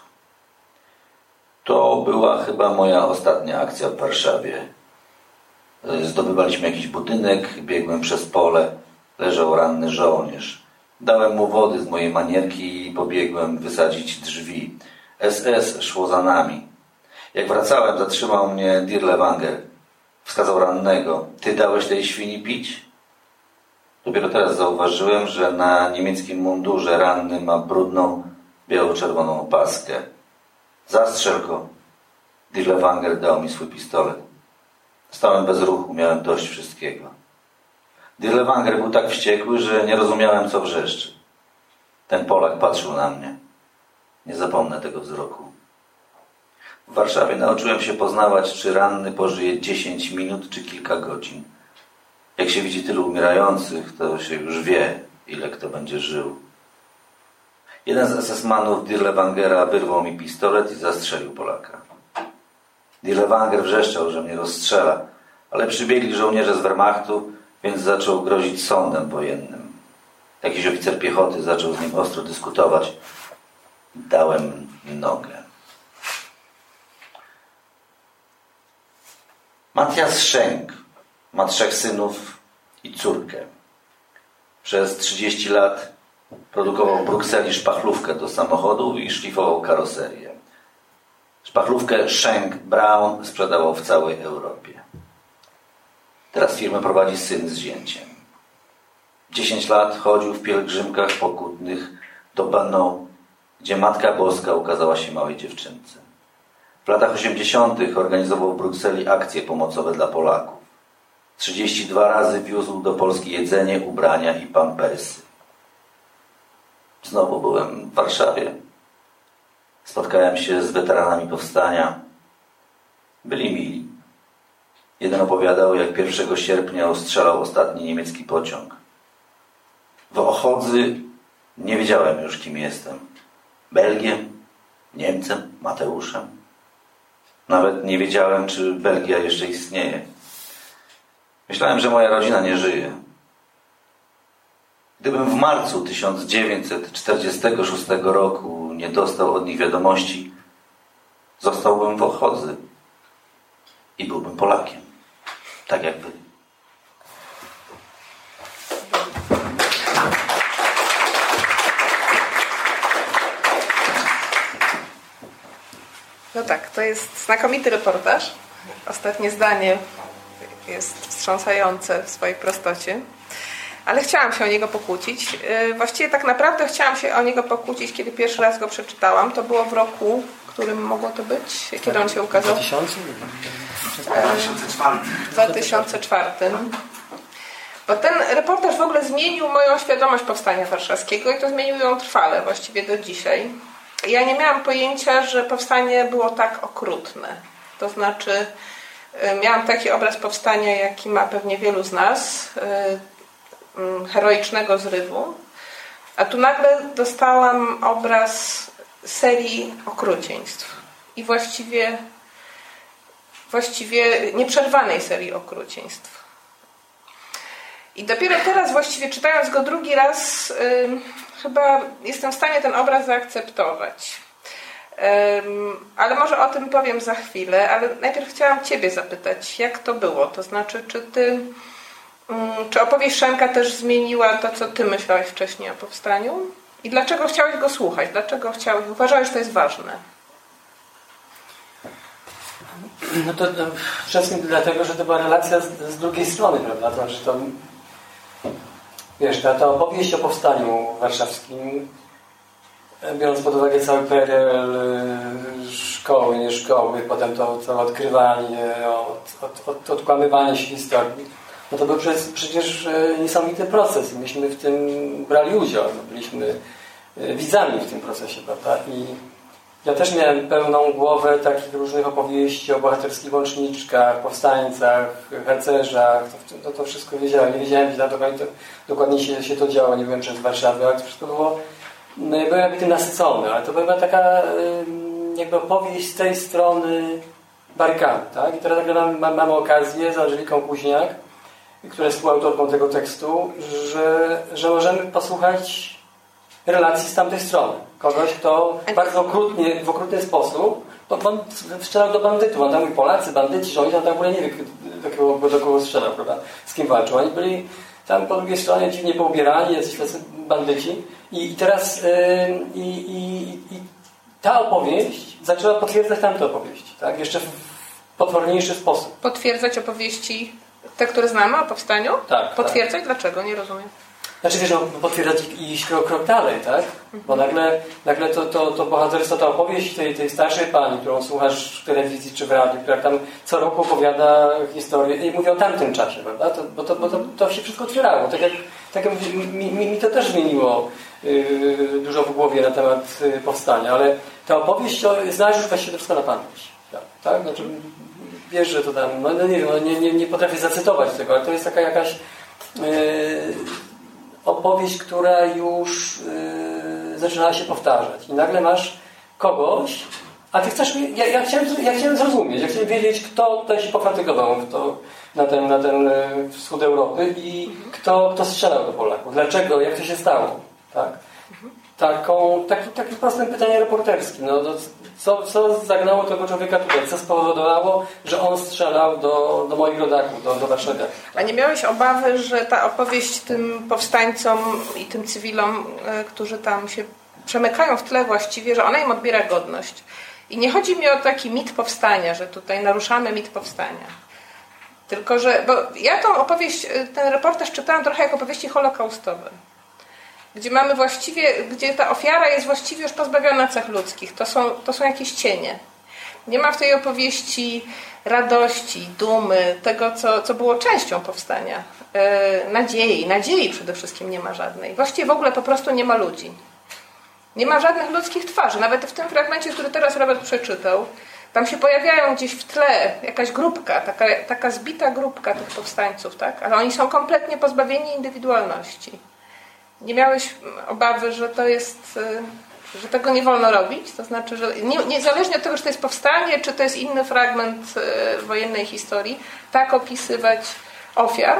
To była chyba moja ostatnia akcja w Warszawie. Zdobywaliśmy jakiś budynek, biegłem przez pole. Leżał ranny żołnierz. Dałem mu wody z mojej manierki i pobiegłem wysadzić drzwi. SS szło za nami. Jak wracałem, zatrzymał mnie Dirlewanger. Wskazał rannego. Ty dałeś tej świni pić? Dopiero teraz zauważyłem, że na niemieckim mundurze ranny ma brudną, biało-czerwoną opaskę. Zastrzel go. Dirlewanger dał mi swój pistolet. Stałem bez ruchu, miałem dość wszystkiego. Dirlewanger był tak wściekły, że nie rozumiałem, co wrzeszczy. Ten Polak patrzył na mnie. Nie zapomnę tego wzroku. W Warszawie nauczyłem się poznawać, czy ranny pożyje 10 minut, czy kilka godzin. Jak się widzi tylu umierających, to się już wie, ile kto będzie żył. Jeden z SS-manów Dirlewangera wyrwał mi pistolet i zastrzelił Polaka. Dirlewanger wrzeszczał, że mnie rozstrzela, ale przybiegli żołnierze z Wehrmachtu, więc zaczął grozić sądem wojennym. Jakiś oficer piechoty zaczął z nim ostro dyskutować. Dałem nogę. Matthias Schenk ma 3 synów i córkę. Przez 30 lat produkował w Brukseli szpachlówkę do samochodu i szlifował karoserię. Szpachlówkę Schenk Braun sprzedawał w całej Europie. Teraz firmę prowadzi syn z zięciem. 10 lat chodził w pielgrzymkach pokutnych do Banu, gdzie Matka Boska ukazała się małej dziewczynce. W latach 80. organizował w Brukseli akcje pomocowe dla Polaków. 32 razy wiózł do Polski jedzenie, ubrania i pampersy. Znowu byłem w Warszawie. Spotkałem się z weteranami powstania. Byli mili. Jeden opowiadał, jak 1 sierpnia ostrzelał ostatni niemiecki pociąg. W Ochotzy nie wiedziałem już, kim jestem. Belgiem, Niemcem, Mateuszem. Nawet nie wiedziałem, czy Belgia jeszcze istnieje. Myślałem, że moja rodzina nie żyje. Gdybym w marcu 1946 roku nie dostał od nich wiadomości, zostałbym w Ochotzy i byłbym Polakiem. Tak jak byli. No tak, to jest znakomity reportaż. Ostatnie zdanie jest wstrząsające w swojej prostocie. Ale chciałam się o niego pokłócić. Właściwie tak naprawdę chciałam się o niego pokłócić, kiedy pierwszy raz go przeczytałam. To było w roku, w którym mogło to być? Kiedy on się ukazał? 2004. Bo ten reportaż w ogóle zmienił moją świadomość Powstania Warszawskiego i to zmienił ją trwale, właściwie do dzisiaj. Ja nie miałam pojęcia, że powstanie było tak okrutne. To znaczy miałam taki obraz powstania, jaki ma pewnie wielu z nas, heroicznego zrywu, a tu nagle dostałam obraz serii okrucieństw i właściwie nieprzerwanej serii okrucieństw. I dopiero teraz właściwie czytając go drugi raz chyba jestem w stanie ten obraz zaakceptować. Ale może o tym powiem za chwilę, ale najpierw chciałam Ciebie zapytać, jak to było? To znaczy, czy opowieść Szemka też zmieniła to, co Ty myślałeś wcześniej o powstaniu? I dlaczego chciałeś go słuchać? Dlaczego uważałeś, że to jest ważne? No to przede wszystkim dlatego, że to była relacja z drugiej strony, prawda? To znaczy to, wiesz, ta opowieść o powstaniu warszawskim, biorąc pod uwagę cały PRL, szkoły, nie szkoły, potem to całe odkrywanie, odkłamywanie się historii, no to był przecież niesamowity proces i myśmy w tym brali udział, byliśmy widzami w tym procesie, prawda? I ja też miałem pełną głowę takich różnych opowieści o bohaterskich łączniczkach, powstańcach, harcerzach, to wszystko wiedziałem. Nie wiedziałem, gdzie dokładnie się to działo, nie byłem przez Warszawę, ale to wszystko byłem jakby tym nasycony, ale to była taka jakby opowieść z tej strony barykady, tak? I teraz mamy okazję z Angeliką Kuźniak, która jest współautorką tego tekstu, że możemy posłuchać relacji z tamtej strony. Kogoś, kto bardzo w okrutny sposób strzelał do bandytów. On tam mówi Polacy, bandyci, że oni tam w ogóle nie wie, do kogo strzelał, prawda? Z kim walczył. Oni byli tam po drugiej stronie dziwnie poubierani, jacyś bandyci. I teraz ta opowieść zaczęła potwierdzać tamte opowieści. Tak? Jeszcze w potworniejszy sposób. Potwierdzać opowieści, te, które znamy o powstaniu? Tak. Potwierdzać? Tak. Dlaczego? Nie rozumiem. Znaczy wiesz, potwierdzać i iść krok dalej, tak? Bo nagle to bohaterstwo, ta opowieść tej starszej pani, którą słuchasz w telewizji czy w radiu, która tam co roku opowiada historię i mówi o tamtym czasie, prawda? Bo to się wszystko otwierało. Tak jak mówię, mi to też zmieniło dużo w głowie na temat powstania, ale ta opowieść znasz już właściwie wszystko na pamięć. Tak? Znaczy, wiesz, że to tam, nie potrafię zacytować tego, ale to jest taka jakaś opowieść, która już zaczynała się powtarzać. I nagle masz kogoś, a ty chcesz... Ja chciałem zrozumieć, ja chciałem wiedzieć, kto tutaj się pofatygował na ten wschód Europy i kto strzelał do Polaków. Dlaczego? Jak to się stało? Tak? Takim prostym pytaniem reporterskim. No, co zagnało tego człowieka tutaj? Co spowodowało, że on strzelał do moich rodaków, do warszawiaków? A nie miałeś obawy, że ta opowieść tym powstańcom i tym cywilom, którzy tam się przemykają w tle właściwie, że ona im odbiera godność? I nie chodzi mi o taki mit powstania, że tutaj naruszamy mit powstania. Tylko, że... Bo ja tą opowieść, ten reportaż czytałam trochę jak opowieści holokaustowe. Gdzie ta ofiara jest właściwie już pozbawiona cech ludzkich. To są jakieś cienie. Nie ma w tej opowieści radości, dumy, tego, co było częścią powstania. Nadziei przede wszystkim nie ma żadnej. Właściwie w ogóle po prostu nie ma ludzi. Nie ma żadnych ludzkich twarzy. Nawet w tym fragmencie, który teraz Robert przeczytał, tam się pojawiają gdzieś w tle jakaś grupka, taka zbita grupka tych powstańców, tak? Ale oni są kompletnie pozbawieni indywidualności. Nie miałeś obawy, że to jest, że tego nie wolno robić? To znaczy, że niezależnie od tego, czy to jest powstanie, czy to jest inny fragment wojennej historii, tak opisywać ofiar?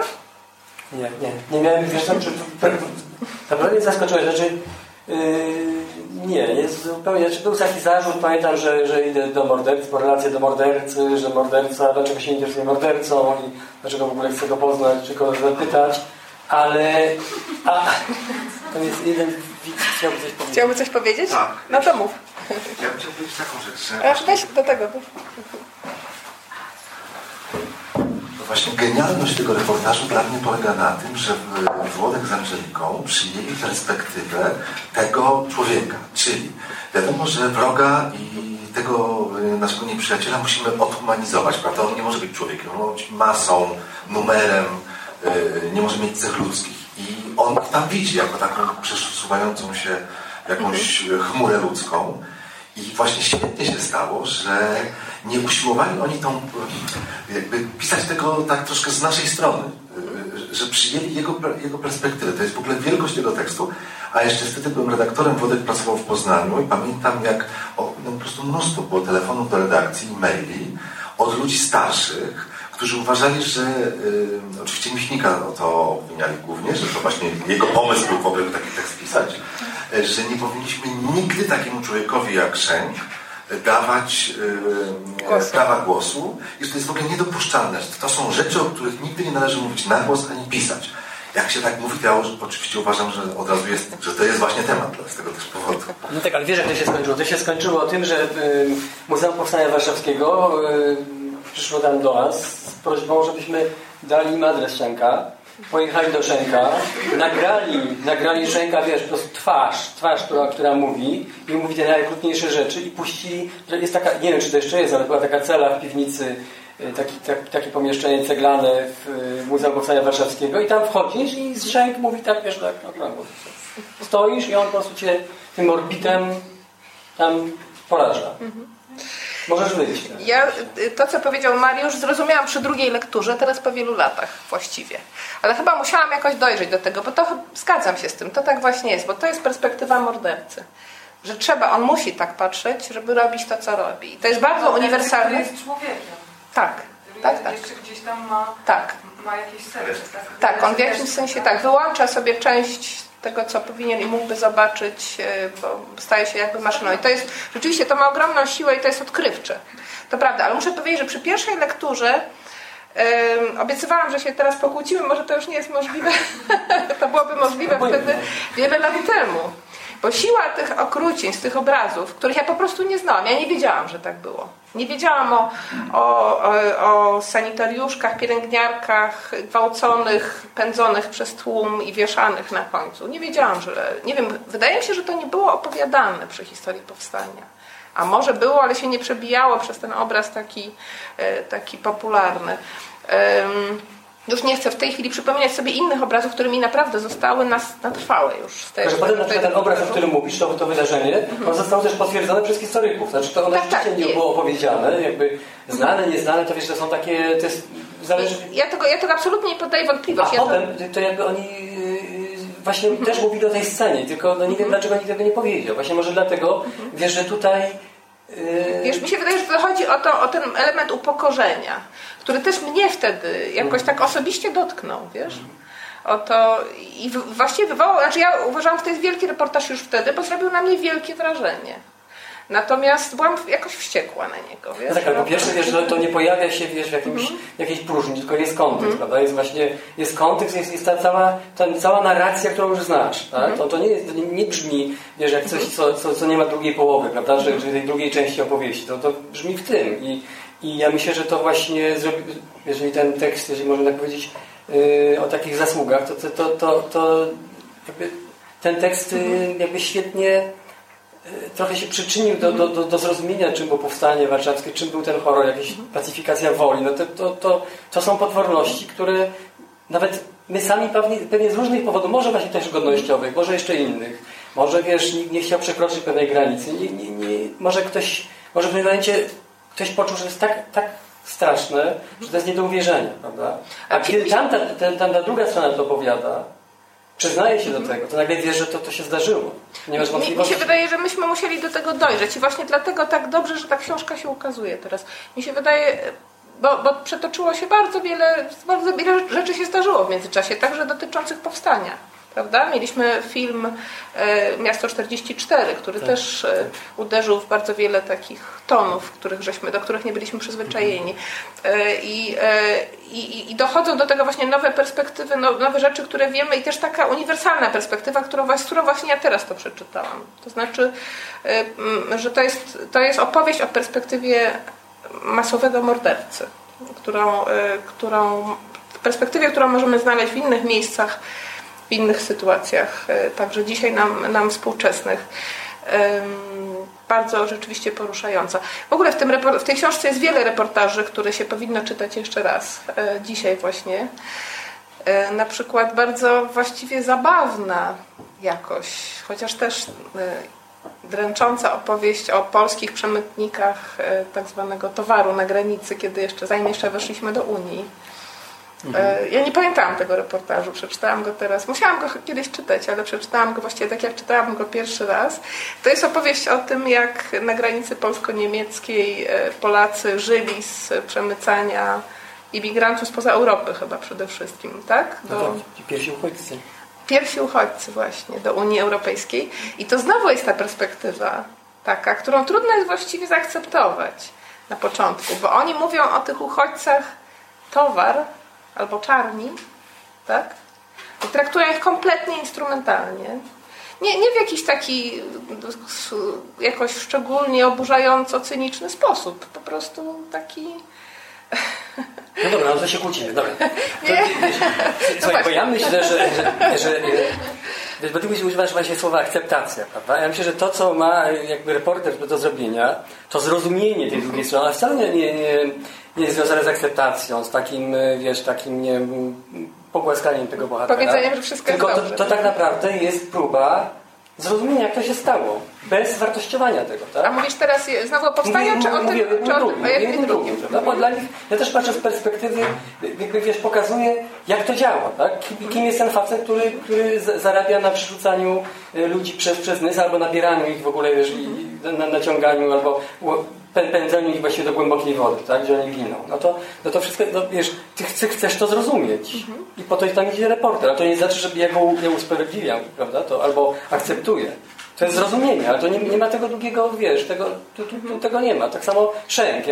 Nie miałem, wiesz, naprawdę mnie zaskoczyłeś. Znaczy, Nie, zupełnie. Był taki zarzut, pamiętam, że idę do mordercy, bo relacje do mordercy, że morderca, dlaczego się interesuje mordercą i dlaczego w ogóle chcę go poznać, czy go zapytać, ale... to jest jeden... Chciałby coś powiedzieć. Chciałby coś powiedzieć? Tak. No to mów. Ja bym chciał powiedzieć taką rzecz, że... Aż weź do tego. Właśnie genialność tego reportażu dla mnie polega na tym, że Włodek z Angeliką przyjęli perspektywę tego człowieka. Czyli wiadomo, że wroga i tego naszego nieprzyjaciela musimy odhumanizować, prawda? On nie może być człowiekiem, on może być masą, numerem, nie może mieć cech ludzkich. I on tam widzi jako taką przesuwającą się jakąś chmurę ludzką. I właśnie świetnie się stało, że nie usiłowali oni jakby pisać tego tak troszkę z naszej strony, że przyjęli jego perspektywę. To jest w ogóle wielkość tego tekstu. A jeszcze wtedy byłem redaktorem, Włodek pracował w Poznaniu i pamiętam, jak po prostu mnóstwo było telefonów do redakcji i maili od ludzi starszych, którzy uważali, że oczywiście Michnika o to obwiniali głównie, że to właśnie jego pomysł był w ogóle taki tekst pisać, że nie powinniśmy nigdy takiemu człowiekowi jak Szeń dawać prawa głosu i że to jest w ogóle niedopuszczalne, że to są rzeczy, o których nigdy nie należy mówić na głos ani pisać. Jak się tak mówi, to ja oczywiście uważam, że od razu jest, że to jest właśnie temat z tego też powodu. No tak, ale wiesz, jak to się skończyło? To się skończyło tym, że Muzeum Powstania Warszawskiego przyszło tam do nas z prośbą, żebyśmy dali im adres Szenka. Pojechali do Szenka, nagrali Szenka, wiesz, po prostu twarz, która mówi i mówi te najkrutniejsze rzeczy i puścili, jest taka, nie wiem czy to jeszcze jest, ale była taka cela w piwnicy, takie pomieszczenie ceglane w Muzeum Powstania Warszawskiego i tam wchodzisz i Szenk mówi tak, wiesz, tak, stoisz i on po prostu cię tym orbitem tam poraża. Możesz wyjść. Ja to, co powiedział Mariusz, zrozumiałam przy drugiej lekturze, teraz po wielu latach właściwie. Ale chyba musiałam jakoś dojrzeć do tego, bo to zgadzam się z tym, to tak właśnie jest, bo to jest perspektywa mordercy. Że on musi tak patrzeć, żeby robić to, co robi. I to jest bardzo uniwersalne. Jest człowiekiem. Tak. Jeszcze gdzieś tam ma jakieś serce. Tak, on w jakimś sensie wyłącza sobie część tego, co powinien i mógłby zobaczyć, bo staje się jakby maszyną. I to jest, rzeczywiście to ma ogromną siłę i to jest odkrywcze. To prawda, ale muszę powiedzieć, że przy pierwszej lekturze obiecywałam, że się teraz pokłócimy, może to już nie jest możliwe. To byłoby możliwe wtedy wiele lat temu. Bo siła tych okrucieństw, tych obrazów, których ja po prostu nie znałam, ja nie wiedziałam, że tak było. Nie wiedziałam o sanitariuszkach, pielęgniarkach gwałconych, pędzonych przez tłum i wieszanych na końcu. Nie wiedziałam, nie wiem, wydaje mi się, że to nie było opowiadane przy historii powstania. A może było, ale się nie przebijało przez ten obraz taki popularny. Już nie chcę w tej chwili przypominać sobie innych obrazów, które mi naprawdę zostały na trwałe już. Potem na przykład ten obraz, o którym mówisz, to wydarzenie, on zostało też potwierdzone przez historyków. Znaczy to ono rzeczywiście nie było opowiedziane, jakby znane, nieznane, to wiesz, to są takie, to jest, zależy... Ja tego absolutnie nie poddaję wątpliwości. A potem to jakby oni właśnie też mówili o tej scenie, tylko nie wiem dlaczego nikt tego nie powiedział. Właśnie może dlatego, wiesz, że tutaj... Wiesz, mi się wydaje, że to chodzi o ten element upokorzenia, który też mnie wtedy jakoś tak osobiście dotknął, wiesz? I właściwie wywołał, znaczy ja uważałam, że to jest wielki reportaż już wtedy, bo zrobił na mnie wielkie wrażenie. Natomiast byłam jakoś wściekła na niego, wiesz? No tak, ale po pierwsze, wiesz, to nie pojawia się, wiesz, w jakiejś próżni, tylko jest kontekst, prawda? Jest kontekst, jest ta cała narracja, którą już znasz, tak? To nie brzmi, wiesz, jak coś, co nie ma drugiej połowy, prawda? Że tej drugiej części opowieści. To brzmi w tym. I ja myślę, że to właśnie jeżeli ten tekst, jeżeli można tak powiedzieć, o takich zasługach, to jakby ten tekst jakby świetnie trochę się przyczynił do zrozumienia, czym było powstanie warszawskie, czym był ten horror, jakaś pacyfikacja woli. No to są potworności, które nawet my sami pewnie z różnych powodów, może właśnie też godnościowych, może jeszcze innych, może wiesz, nikt nie chciał przekroczyć pewnej granicy, może w pewnym momencie ktoś poczuł, że jest tak straszne, że to jest nie do uwierzenia, prawda? A kiedy tamta druga strona to opowiada, przyznaje się do tego, to nagle wiesz, że to się zdarzyło. Nie masz wątpliwości. Mi się wydaje, że myśmy musieli do tego dojrzeć i właśnie dlatego tak dobrze, że ta książka się ukazuje teraz. Mi się wydaje, bo przetoczyło się bardzo wiele rzeczy się zdarzyło w międzyczasie, także dotyczących powstania. Prawda? Mieliśmy film Miasto 44, który też uderzył w bardzo wiele takich tonów, do których nie byliśmy przyzwyczajeni. I dochodzą do tego właśnie nowe perspektywy, nowe rzeczy, które wiemy i też taka uniwersalna perspektywa, którą właśnie ja teraz to przeczytałam. To znaczy, że to jest opowieść o perspektywie masowego mordercy, którą możemy znaleźć w innych miejscach, w innych sytuacjach, także dzisiaj nam współczesnych. Bardzo rzeczywiście poruszająca. W ogóle w tej książce jest wiele reportaży, które się powinno czytać jeszcze raz. Dzisiaj właśnie. Na przykład bardzo właściwie zabawna jakoś, chociaż też dręcząca opowieść o polskich przemytnikach tak zwanego towaru na granicy, zanim jeszcze weszliśmy do Unii. Ja nie pamiętałam tego reportażu, przeczytałam go teraz. Musiałam go kiedyś czytać, ale przeczytałam go właściwie tak, jak czytałam go pierwszy raz. To jest opowieść o tym, jak na granicy polsko-niemieckiej Polacy żyli z przemycania imigrantów spoza Europy chyba przede wszystkim, tak? Pierwsi uchodźcy. Pierwsi uchodźcy właśnie do Unii Europejskiej. I to znowu jest ta perspektywa taka, którą trudno jest właściwie zaakceptować na początku, bo oni mówią o tych uchodźcach towar albo czarni, tak? I traktują ich kompletnie instrumentalnie. Nie w jakiś taki jakoś szczególnie oburzająco cyniczny sposób. Po prostu taki... No dobra, no to się kłócimy, dobra. Słuchaj, bo ja myślę, bo ty używasz właśnie słowa akceptacja, prawda? Ja myślę, że to, co ma jakby reporter do zrobienia, to zrozumienie tej drugiej strony, ale wcale nie jest związane z akceptacją, z takim, takim pogłaskaniem tego bohatera. Powiedzeniem, że wszystko jest dobrze. To tak naprawdę jest próba zrozumienia, jak to się stało, bez wartościowania tego, tak? A mówisz teraz znowu o powstaniu, czy o tym drugim? Bo dla nich, ja też patrzę z perspektywy, pokazuję, jak to działa, tak? Kim jest ten facet, który zarabia na przerzucaniu ludzi przez nys, albo nabieraniu ich w ogóle, na naciąganiu, albo pędzeniu ich właśnie do głębokiej wody, tak? Gdzie oni giną. No to wszystko, ty chcesz to zrozumieć. I po to tam idzie reporter. A to nie znaczy, żeby ja go usprawiedliwiam, prawda? Albo akceptuję. To jest zrozumienie, ale to nie ma tego drugiego, tego nie ma. Tak samo Szenk.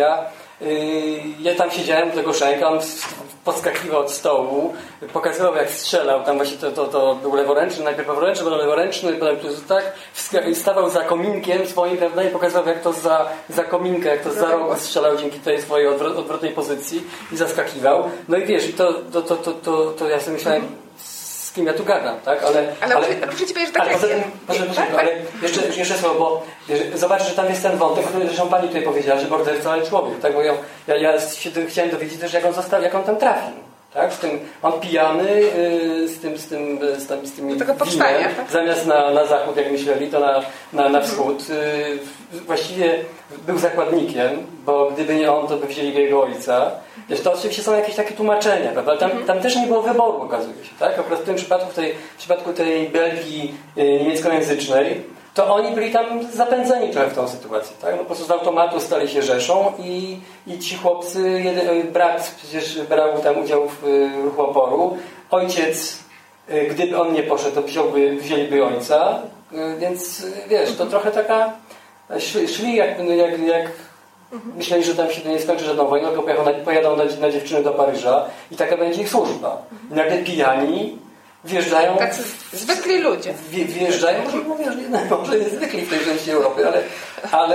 Ja tam siedziałem u tego Szenka, on podskakiwał od stołu, pokazywał, jak strzelał, tam właśnie to był leworęczny, najpierw praworęczny, potem leworęczny, potem tak, stawał za kominkiem swoim, prawda, i pokazywał, jak to za kominkę, jak to za rogu strzelał dzięki tej swojej odwrotnej pozycji i zaskakiwał. No i wiesz, to ja sobie myślałem, z kim ja tu gadam, tak? Ale muszę ci powiedzieć, że tak jest. Ale jeszcze słowo, bo zobacz, że tam jest ten wątek, który zresztą pani tutaj powiedziała, że morderca, ale człowiek, tak? Bo ja się chciałem dowiedzieć też, jak on tam trafił. Tak? On pijany z tymi powstania, tak? Zamiast na zachód, jak myśleli, to na wschód. Właściwie był zakładnikiem, bo gdyby nie on, to by wzięli jego ojca. Wiesz, to oczywiście są jakieś takie tłumaczenia, prawda? Tam też nie było wyboru, okazuje się. Tak? Akurat w tym przypadku, w przypadku tej Belgii niemieckojęzycznej, to oni byli tam zapędzeni trochę w tą sytuację. Tak? No po prostu z automatu stali się rzeszą i ci chłopcy, brat przecież brał tam udział w ruchu oporu. Ojciec, gdyby on nie poszedł, to wzięliby ojca. Więc wiesz, to trochę taka... Szli jak myśleli, że tam się to nie skończy żadną wojną, tylko pojadą na dziewczyny do Paryża i taka będzie ich służba. I nagle pijani wjeżdżają... Tak, zwykli ludzie. Wjeżdżają, może nie zwykli w tej części Europy, ale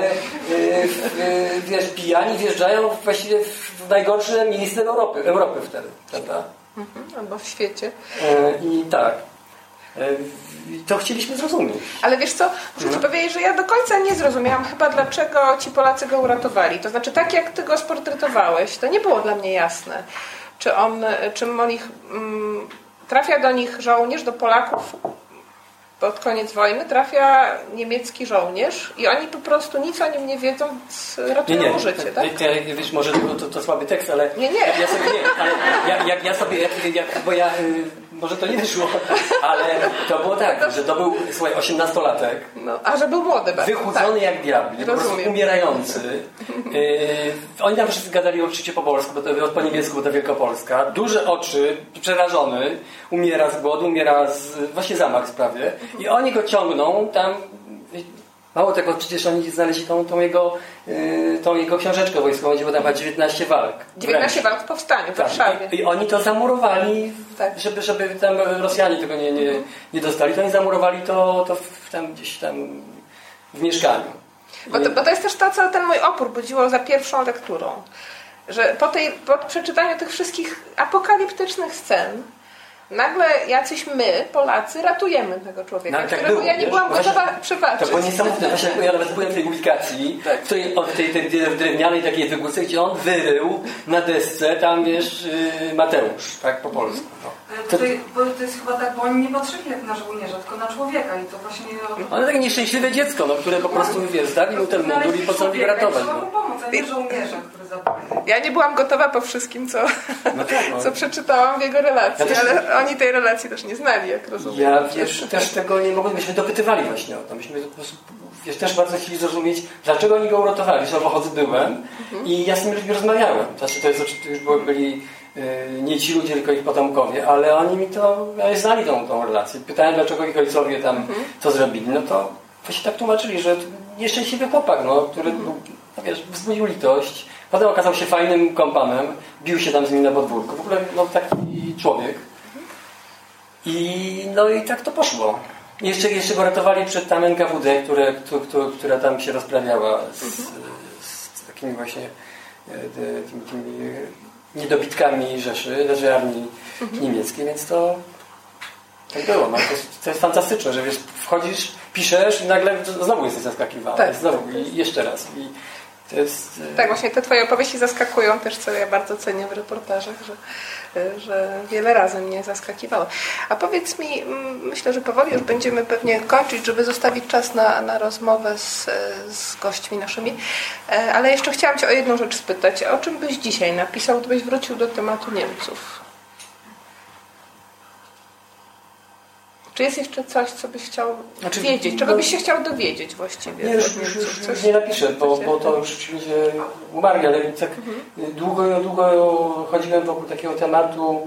wiesz, pijani wjeżdżają właściwie w najgorsze miejsce Europy wtedy, prawda? Albo w świecie. I tak. To chcieliśmy zrozumieć. Ale wiesz co, muszę ci powiedzieć, że ja do końca nie zrozumiałam chyba, dlaczego ci Polacy go uratowali. To znaczy, tak jak ty go sportretowałeś, to nie było dla mnie jasne. Czym on ich... Trafia do nich żołnierz, do Polaków pod koniec wojny, trafia niemiecki żołnierz i oni po prostu nic o nim nie wiedzą, ratują życie, tak? Wiesz, może to słaby tekst, ale... Nie. Ja sobie nie, ale ja sobie... Bo może to nie wyszło, ale to było tak, że to był, słuchaj, 18-latek. No, a że był młody bardzo. Wychudzony jak diabli, po prostu umierający. Oni tam wszyscy gadali oczywiście po polsku, po niemiecku, bo to Wielkopolska. Duże oczy, przerażony, umiera z głodu, właśnie zamach sprawie. I oni go ciągną tam. Mało tego, przecież oni znaleźli tą jego książeczkę wojskową, gdzie tam chyba 19 walk. 19 walk w powstaniu w Warszawie. I oni to zamurowali, tak. żeby tam Rosjanie tego nie dostali, to oni zamurowali to tam gdzieś tam w mieszkaniu. Bo to jest też to, co ten mój opór budziło za pierwszą lekturą. Że po przeczytaniu tych wszystkich apokaliptycznych scen nagle jacyś my, Polacy, ratujemy tego człowieka, no, którego ja nie byłam gotowa przebaczyć. To było niesamowite. Właśnie ja nawet byłem w tej publikacji, w tej drewnianej takiej wygłówce, gdzie on wyrył na desce, tam wiesz, Mateusz, tak po polsku. No. Bo to jest chyba tak, bo oni nie patrzyli jak na żołnierza, tylko na człowieka i to właśnie... On jest takie nieszczęśliwe dziecko, które po prostu, wiesz, zdali mu ten mundur i postanowił go ratować. Trzeba mu pomóc, a nie żołnierza, który zabrał. Ja nie byłam gotowa po wszystkim, co przeczytałam w jego relacji, ale oni tej relacji też nie znali, jak rozumiem. Ja też tego nie mogłem, myśmy dopytywali właśnie o to. Myśmy po prostu też bardzo chcieli zrozumieć, dlaczego oni go uratowali. W Ochodzy byłem i ja z tymi ludźmi rozmawiałem. Znaczy to już byli nie ci ludzie, tylko ich potomkowie, ale oni znali tą relację. Pytałem, dlaczego ich ojcowie tam to zrobili. No to właśnie tak tłumaczyli, że nieszczęśliwy chłopak, który wzbudził litość. Potem okazał się fajnym kompanem, bił się tam z nimi na podwórku. W ogóle taki człowiek. I tak to poszło. Jeszcze go ratowali przed tam NKWD, która tam się rozprawiała z takimi właśnie tymi niedobitkami Rzeszy, armii niemieckiej, więc to tak było. No, to jest fantastyczne, że wiesz, wchodzisz, piszesz i nagle znowu jesteś zaskakiwany. Tak, znowu i jeszcze raz. I to jest... Tak, właśnie te twoje opowieści zaskakują też, co ja bardzo cenię w reportażach, że wiele razy mnie zaskakiwało. A powiedz mi, myślę, że powoli już będziemy pewnie kończyć, żeby zostawić czas na rozmowę z gośćmi naszymi, ale jeszcze chciałam Cię o jedną rzecz spytać. O czym byś dzisiaj napisał, gdybyś wrócił do tematu Niemców? Czy jest jeszcze coś, co byś chciał wiedzieć? Czego byś się chciał dowiedzieć właściwie? Nie, już nie napiszę, bo to już ludzie umarli, ale tak długo chodziłem wokół takiego tematu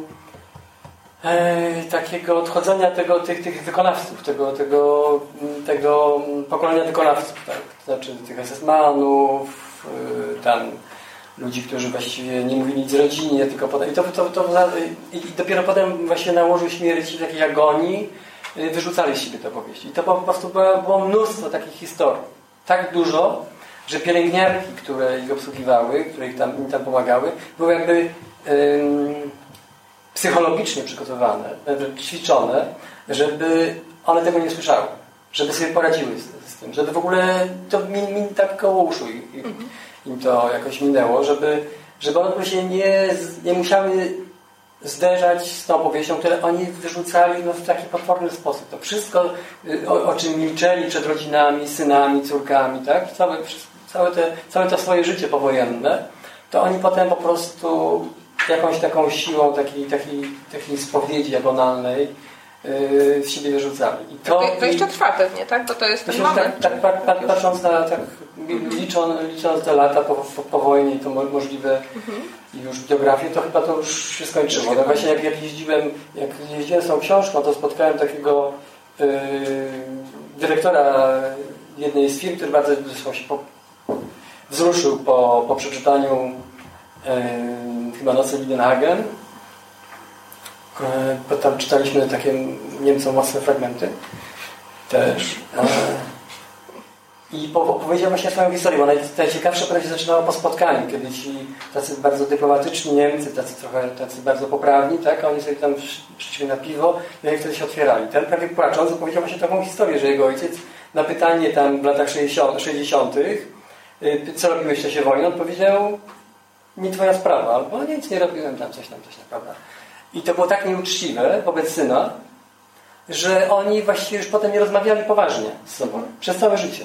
takiego odchodzenia tych wykonawców, tego pokolenia wykonawców, tak? To znaczy tych SS-manów, tam ludzi, którzy właściwie nie mówili nic rodzinie, tylko potem i dopiero potem właśnie na łożu śmierci, takiej agonii, wyrzucali z siebie te opowieści. I to po prostu było mnóstwo takich historii. Tak dużo, że pielęgniarki, które ich obsługiwały, które im tam pomagały, były jakby psychologicznie przygotowane, ćwiczone, żeby one tego nie słyszały. Żeby sobie poradziły z tym. Żeby w ogóle to tak koło uszu im to jakoś minęło, żeby one się nie musiały zderzać z tą opowieścią, które oni wyrzucali w taki potworny sposób. To wszystko, o czym milczeli przed rodzinami, synami, córkami, tak? Całe to swoje życie powojenne, to oni potem po prostu jakąś taką siłą takiej spowiedzi agonalnej z siebie wyrzucali. I to jeszcze trwa pewnie, tak? Bo to jest ten moment. Tak patrząc na, licząc te lata po wojnie i to możliwe już biografię, to chyba to już się skończyło. No właśnie jak jeździłem z tą książką, to spotkałem takiego dyrektora jednej z firm, który bardzo zresztą się wzruszył po przeczytaniu chyba Nocy Lidenhagen. Bo tam czytaliśmy takie Niemcom mocne fragmenty też. I powiedział właśnie swoją historię, bo najciekawsze prawie się zaczynało po spotkaniu, kiedy ci tacy bardzo dyplomatyczni Niemcy, tacy bardzo poprawni, tak, a oni sobie tam przyszli na piwo i oni wtedy się otwierali. Ten prawie płacząc opowiedział właśnie taką historię, że jego ojciec na pytanie tam w latach 60. Co robiłeś w czasie wojny, on powiedział: nie twoja sprawa, albo nic nie robiłem, tam coś, prawda. I to było tak nieuczciwe wobec syna, że oni właściwie już potem nie rozmawiali poważnie z sobą przez całe życie.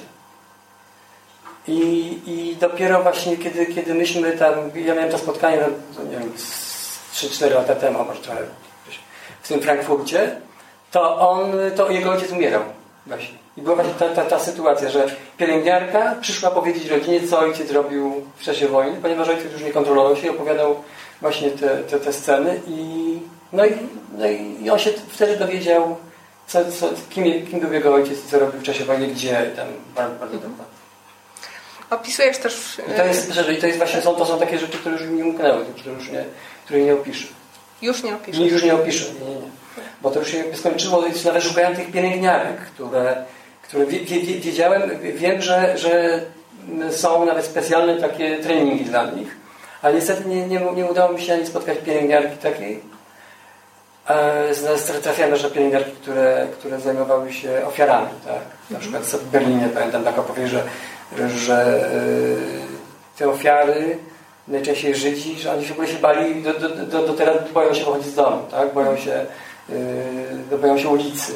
I dopiero właśnie kiedy myśmy tam, ja miałem to spotkanie, nie wiem, 3-4 lata temu, może trochę w tym Frankfurcie, to jego ojciec umierał właśnie. I była właśnie ta sytuacja, że pielęgniarka przyszła powiedzieć rodzinie, co ojciec robił w czasie wojny, ponieważ ojciec już nie kontrolował się i opowiadał właśnie te sceny i on się wtedy dowiedział, kim był jego ojciec i co robił w czasie wojny, gdzie tam bardzo dokładnie. Opisujesz też... I to jest właśnie, to są takie rzeczy, które już mi umknęły, które nie opiszę. Już nie opiszę. Już nie opiszę, nie. Bo to już się skończyło, nawet szukałem tych pielęgniarek, które wiem, że są nawet specjalne takie treningi dla nich, ale niestety nie udało mi się ani spotkać pielęgniarki takiej. Trafiałem też na pielęgniarki, które zajmowały się ofiarami, tak? Na przykład w Berlinie pamiętam tak opowieść, że te ofiary, najczęściej Żydzi, że oni się w ogóle się bali, do teraz boją się wychodzić z domu, tak? Boją się ulicy.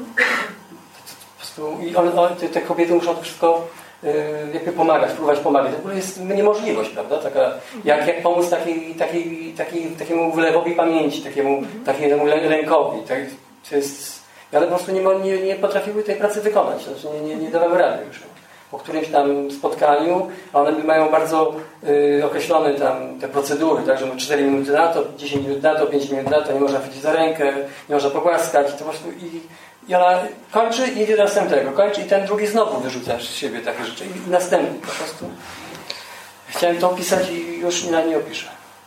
I te kobiety muszą to wszystko jakby pomagać, próbować pomagać. To w ogóle jest niemożliwość, prawda? Jak pomóc takiemu wylewowi pamięci, takiemu lękowi. Tak? Ale po prostu nie potrafiły tej pracy wykonać. Nie dawały rady już. Po którymś tam spotkaniu, a one mają bardzo określone tam te procedury, tak, że 4 minuty na to, 10 minut na to, 5 minut na to, nie można chwycić za rękę, nie można pogłaskać, to po prostu i ona kończy i idzie do następnego, kończy i ten drugi znowu wyrzuca z siebie takie rzeczy i następny po prostu. Chciałem to opisać i już nie opiszę.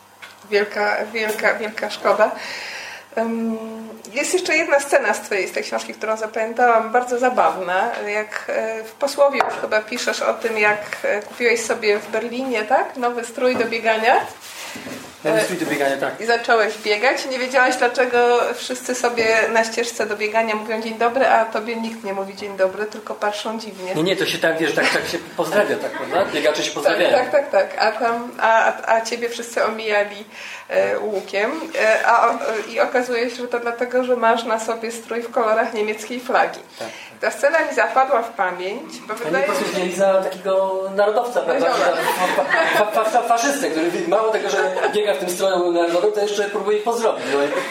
Wielka szkoda. Jest jeszcze jedna scena z tej książki, którą zapamiętałam, bardzo zabawna. Jak w posłowie już chyba piszesz o tym, jak kupiłeś sobie w Berlinie, tak? Nowy strój do biegania. Tak. I zacząłeś biegać. Nie wiedziałaś, dlaczego wszyscy sobie na ścieżce do biegania mówią dzień dobry, a tobie nikt nie mówi dzień dobry, tylko patrzą dziwnie. Nie, to się tak, wiesz, tak się pozdrawia, tak, prawda? Biegacze się pozdrawiają. Tak. A ciebie wszyscy omijali łukiem. I okazuje się, że to dlatego, że masz na sobie strój w kolorach niemieckiej flagi. Tak. Ta scena mi zapadła w pamięć, bo wydaje mi się... wzięli za takiego narodowca, prawda? Faszystę, który mało tego, że biega w tym stroju narodowym, to jeszcze próbuje ich pozdrowić.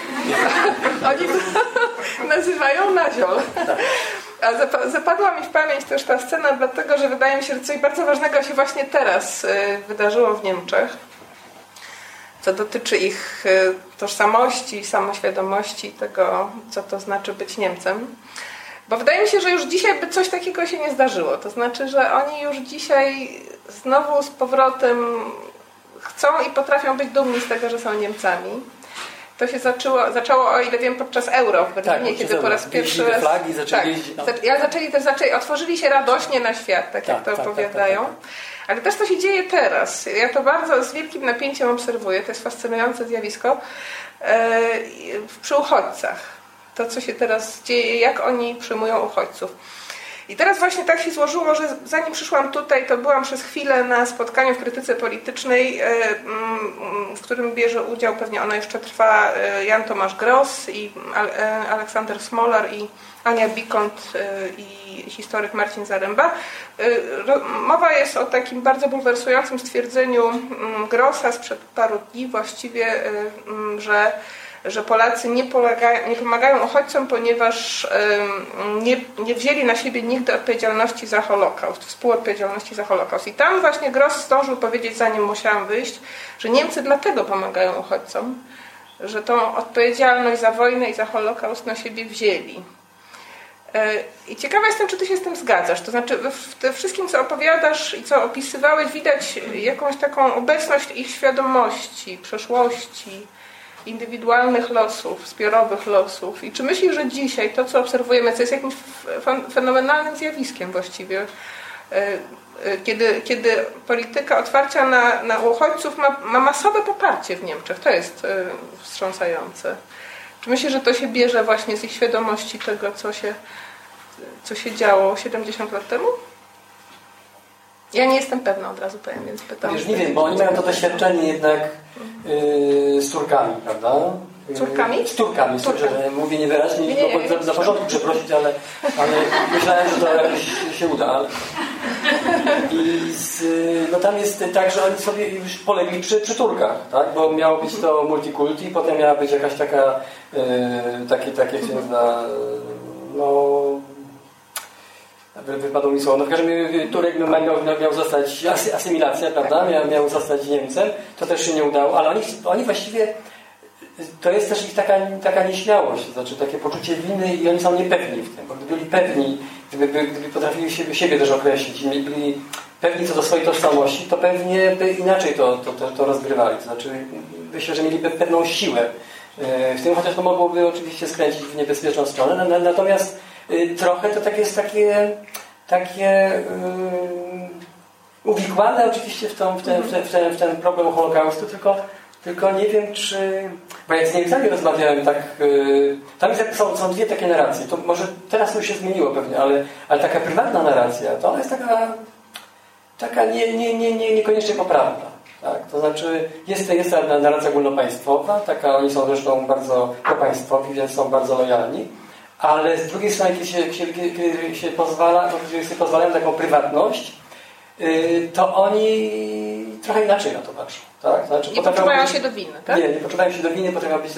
Oni nazywają naziol. A zapadła mi w pamięć też ta scena, dlatego, że wydaje mi się, że coś bardzo ważnego się właśnie teraz wydarzyło w Niemczech, co dotyczy ich tożsamości, samoświadomości, tego, co to znaczy być Niemcem. Bo wydaje mi się, że już dzisiaj by coś takiego się nie zdarzyło. To znaczy, że oni już dzisiaj znowu z powrotem chcą i potrafią być dumni z tego, że są Niemcami. To się zaczęło, o ile wiem, podczas Euro w Berlinie, kiedy po raz pierwszy... flagi zaczęli otworzyli się radośnie na świat, tak jak to opowiadają. Tak. Ale też to się dzieje teraz. Ja to bardzo z wielkim napięciem obserwuję. To jest fascynujące zjawisko przy uchodźcach. To, co się teraz dzieje, jak oni przyjmują uchodźców. I teraz właśnie tak się złożyło, że zanim przyszłam tutaj, to byłam przez chwilę na spotkaniu w krytyce politycznej, w którym bierze udział, pewnie ono jeszcze trwa, Jan Tomasz Gross i Aleksander Smolar i Ania Bikont i historyk Marcin Zaręba. Mowa jest o takim bardzo bulwersującym stwierdzeniu Grossa sprzed paru dni właściwie, że Polacy nie pomagają uchodźcom, ponieważ nie wzięli na siebie nigdy odpowiedzialności za Holokaust, współodpowiedzialności za Holokaust. I tam właśnie Gross zdążył powiedzieć, zanim musiałam wyjść, że Niemcy dlatego pomagają uchodźcom, że tą odpowiedzialność za wojnę i za Holokaust na siebie wzięli. I ciekawa jestem, czy ty się z tym zgadzasz. To znaczy w tym wszystkim, co opowiadasz i co opisywałeś, widać jakąś taką obecność ich świadomości, przeszłości, indywidualnych losów, zbiorowych losów. I czy myślisz, że dzisiaj to, co obserwujemy, co jest jakimś fenomenalnym zjawiskiem właściwie, kiedy polityka otwarcia na uchodźców ma masowe poparcie w Niemczech. To jest wstrząsające. Czy myślisz, że to się bierze właśnie z ich świadomości tego, co się działo 70 lat temu? Ja nie jestem pewna, od razu powiem, więc pytam. Wiesz, nie wiem, bo oni mają to doświadczenie jednak z Turkami, prawda? Córkami? Z Turkami, że mówię niewyraźnie, nie. za porządku przeprosić, ale myślałem, że to jakoś się uda. No tam jest tak, że oni sobie już polegli przy Turkach, tak? Bo miało być to multikulti, potem miała być jakaś taka takie jak się nazywa, no wypadło mi słowo. No w każdym razie Turek miał zostać asymilacja, prawda? Miał zostać Niemcem. To też się nie udało, ale oni właściwie to jest też ich taka nieśmiałość, to znaczy takie poczucie winy i oni są niepewni w tym, bo gdyby byli pewni, gdyby potrafili siebie też określić i byli pewni co do swojej tożsamości, to pewnie by inaczej to rozgrywali. To znaczy myślę, że mieliby pewną siłę w tym, chociaż to mogłoby oczywiście skręcić w niebezpieczną stronę. Natomiast trochę to tak jest takie uwikłane oczywiście w ten problem Holokaustu, tylko nie wiem, czy... Bo jak z Niemcami rozmawiałem, tak... Tam są dwie takie narracje. To może teraz to już się zmieniło pewnie, ale taka prywatna narracja, to ona jest taka niekoniecznie poprawna. Tak? To znaczy jest ta narracja ogólnopaństwowa, taka, oni są zresztą bardzo propaństwowi, więc są bardzo lojalni, ale z drugiej strony, kiedy się pozwalają taką prywatność, to oni trochę inaczej na to patrzą. Tak? Znaczy, nie poczuwają się do winy, tak? Nie poczuwają się do winy, potrafią być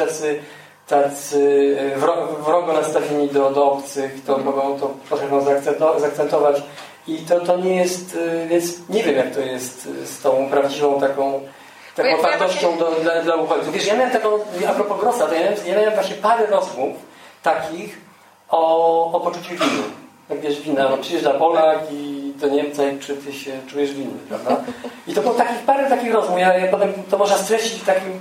tacy wrogo nastawieni do obcych, to mogą to potrafią zaakcentować. I to nie jest, więc nie wiem, jak to jest z tą prawdziwą taką otwartością dla uchodźców. Wiesz, ja miałem taką, a propos Grossa, to ja miałem właśnie parę rozmów takich o poczuciu winy. Jak wiesz, wina, no przyjeżdża Polak i do Niemca i czy ty się czujesz winny, prawda? I to było parę takich rozmów. Ja potem to można streścić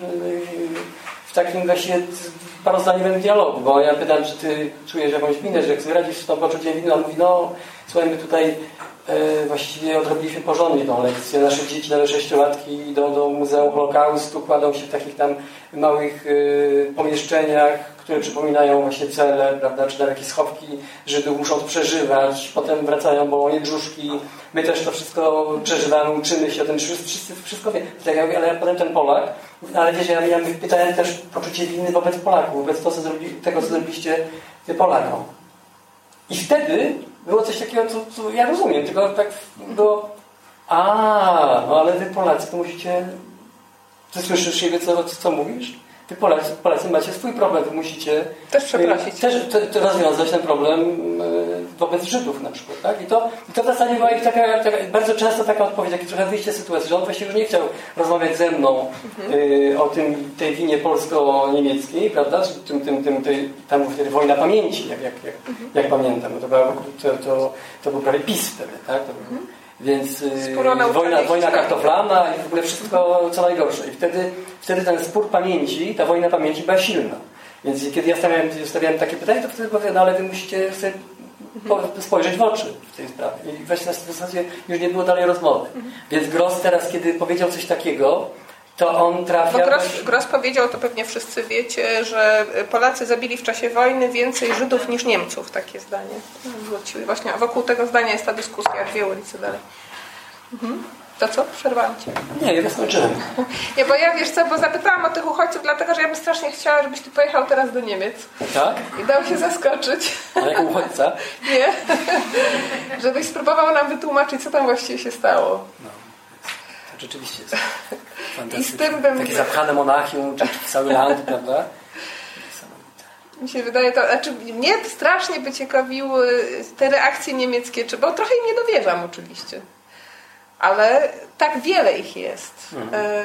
w takim właśnie parozdaniowym dialogu, bo ja pytam, czy ty czujesz jakąś winę, że jak sobie radzisz z tą poczuciem winy, on mówi, no słuchaj, my tutaj właściwie odrobiliśmy porządnie tą lekcję. Nasze dzieci, nasze 6-latki idą do Muzeum Holokaustu, kładą się w takich tam małych pomieszczeniach, które przypominają właśnie cele, prawda, czy tam jakieś schowki Żydów, muszą to przeżywać, potem wracają, bolą je brzuszki. My też to wszystko przeżywamy, uczymy się o tym, wszystko wie. Tak ja mówię, ale potem ten Polak, ale wiesz, ja pytałem też poczucie winy wobec Polaków, wobec tego, co zrobiliście Polakom. I wtedy było coś takiego, co ja rozumiem, tylko tak było, no ale wy Polacy to musicie, ty słyszysz siebie, co mówisz? Wy Polacy macie swój problem, wy musicie też przeprosić. Też rozwiązać ten problem wobec Żydów na przykład. Tak? I to w zasadzie była ich taka bardzo często taka odpowiedź, takie trochę wyjście z sytuacji, że on właściwie już nie chciał rozmawiać ze mną o tej winie polsko-niemieckiej, prawda? Tam wtedy wojna pamięci, jak pamiętam. To był prawie PiS wtedy, tak? Więc wojna kartoflana i w ogóle wszystko co najgorsze. I wtedy ten spór pamięci, ta wojna pamięci była silna. Więc kiedy ja stawiałem takie pytanie, to wtedy powiem, no ale wy musicie sobie spojrzeć w oczy w tej sprawie. I właśnie w zasadzie już nie było dalej rozmowy. Więc Gross teraz, kiedy powiedział coś takiego, to on trafia... Bo Gross powiedział, to pewnie wszyscy wiecie, że Polacy zabili w czasie wojny więcej Żydów niż Niemców. Takie zdanie zwróciły. Właśnie wokół tego zdania jest ta dyskusja, 2 ulice dalej. To co? Przerwałam cię. Nie, ja skończyłem. Nie, bo ja wiesz co, bo zapytałam o tych uchodźców, dlatego że ja bym strasznie chciała, żebyś ty pojechał teraz do Niemiec. Tak? I dał się zaskoczyć. A jako uchodźca? Nie. Żebyś spróbował nam wytłumaczyć, co tam właściwie się stało. No, to rzeczywiście jest fantastyczne. I z tym bym... Takie zapchane Monachium, czy cały land, prawda? Mi się wydaje to, znaczy mnie strasznie by ciekawiły te reakcje niemieckie, bo trochę im nie dowierzam oczywiście. Ale tak wiele ich jest.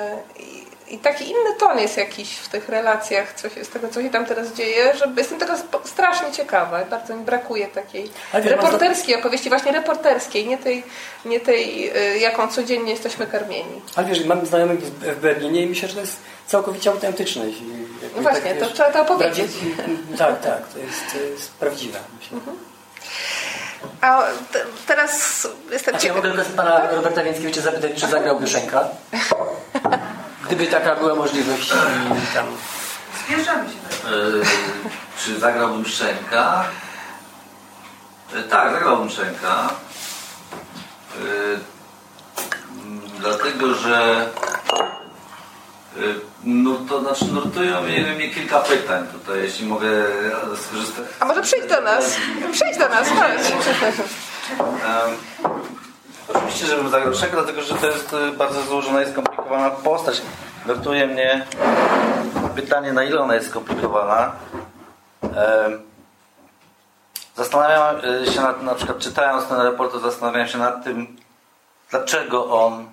I taki inny ton jest jakiś w tych relacjach, z tego, co się tam teraz dzieje, że jestem teraz strasznie ciekawa. Bardzo mi brakuje takiej reporterskiej opowieści, właśnie reporterskiej, nie tej, jaką codziennie jesteśmy karmieni. Ale wiesz, mam znajomych w Berlinie i myślę, że to jest całkowicie autentyczne. No właśnie, to trzeba to opowiedzieć. Tak, to jest prawdziwe, myślę. A teraz jestem ja mogę pana Roberta Więckiewicza zapytać, czy zagrałby Szenka? Gdyby taka była możliwość tam... Zbierzemy się. Czy zagrałbym Szenka? Tak, zagrałbym Szenka. Dlatego, że No to znaczy nurtują mnie kilka pytań tutaj, jeśli mogę skorzystać. A może przyjdź do nas, chodź. Oczywiście, żebym zagrał Szeko, dlatego że to jest bardzo złożona i skomplikowana postać. Nurtuje mnie pytanie, na ile ona jest skomplikowana. Zastanawiam się na przykład czytając ten raport, to zastanawiam się nad tym, dlaczego on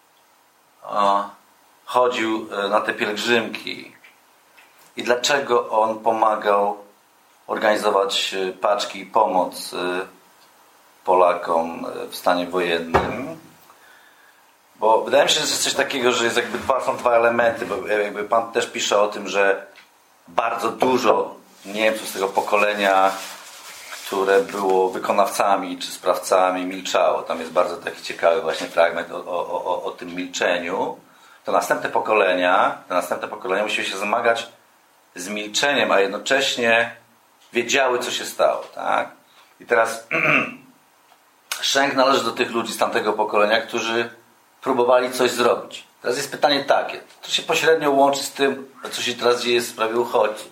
chodził na te pielgrzymki i dlaczego on pomagał organizować paczki i pomoc Polakom w stanie wojennym. Bo wydaje mi się, że jest coś takiego, że jest są dwa elementy, bo jakby pan też pisze o tym, że bardzo dużo Niemców z tego pokolenia, które było wykonawcami czy sprawcami, milczało. Tam jest bardzo taki ciekawy właśnie fragment o tym milczeniu. To następne pokolenia musiały się zmagać z milczeniem, a jednocześnie wiedziały, co się stało. Tak? I teraz Schenk należy do tych ludzi z tamtego pokolenia, którzy próbowali coś zrobić. Teraz jest pytanie takie, to się pośrednio łączy z tym, co się teraz dzieje w sprawie uchodźców.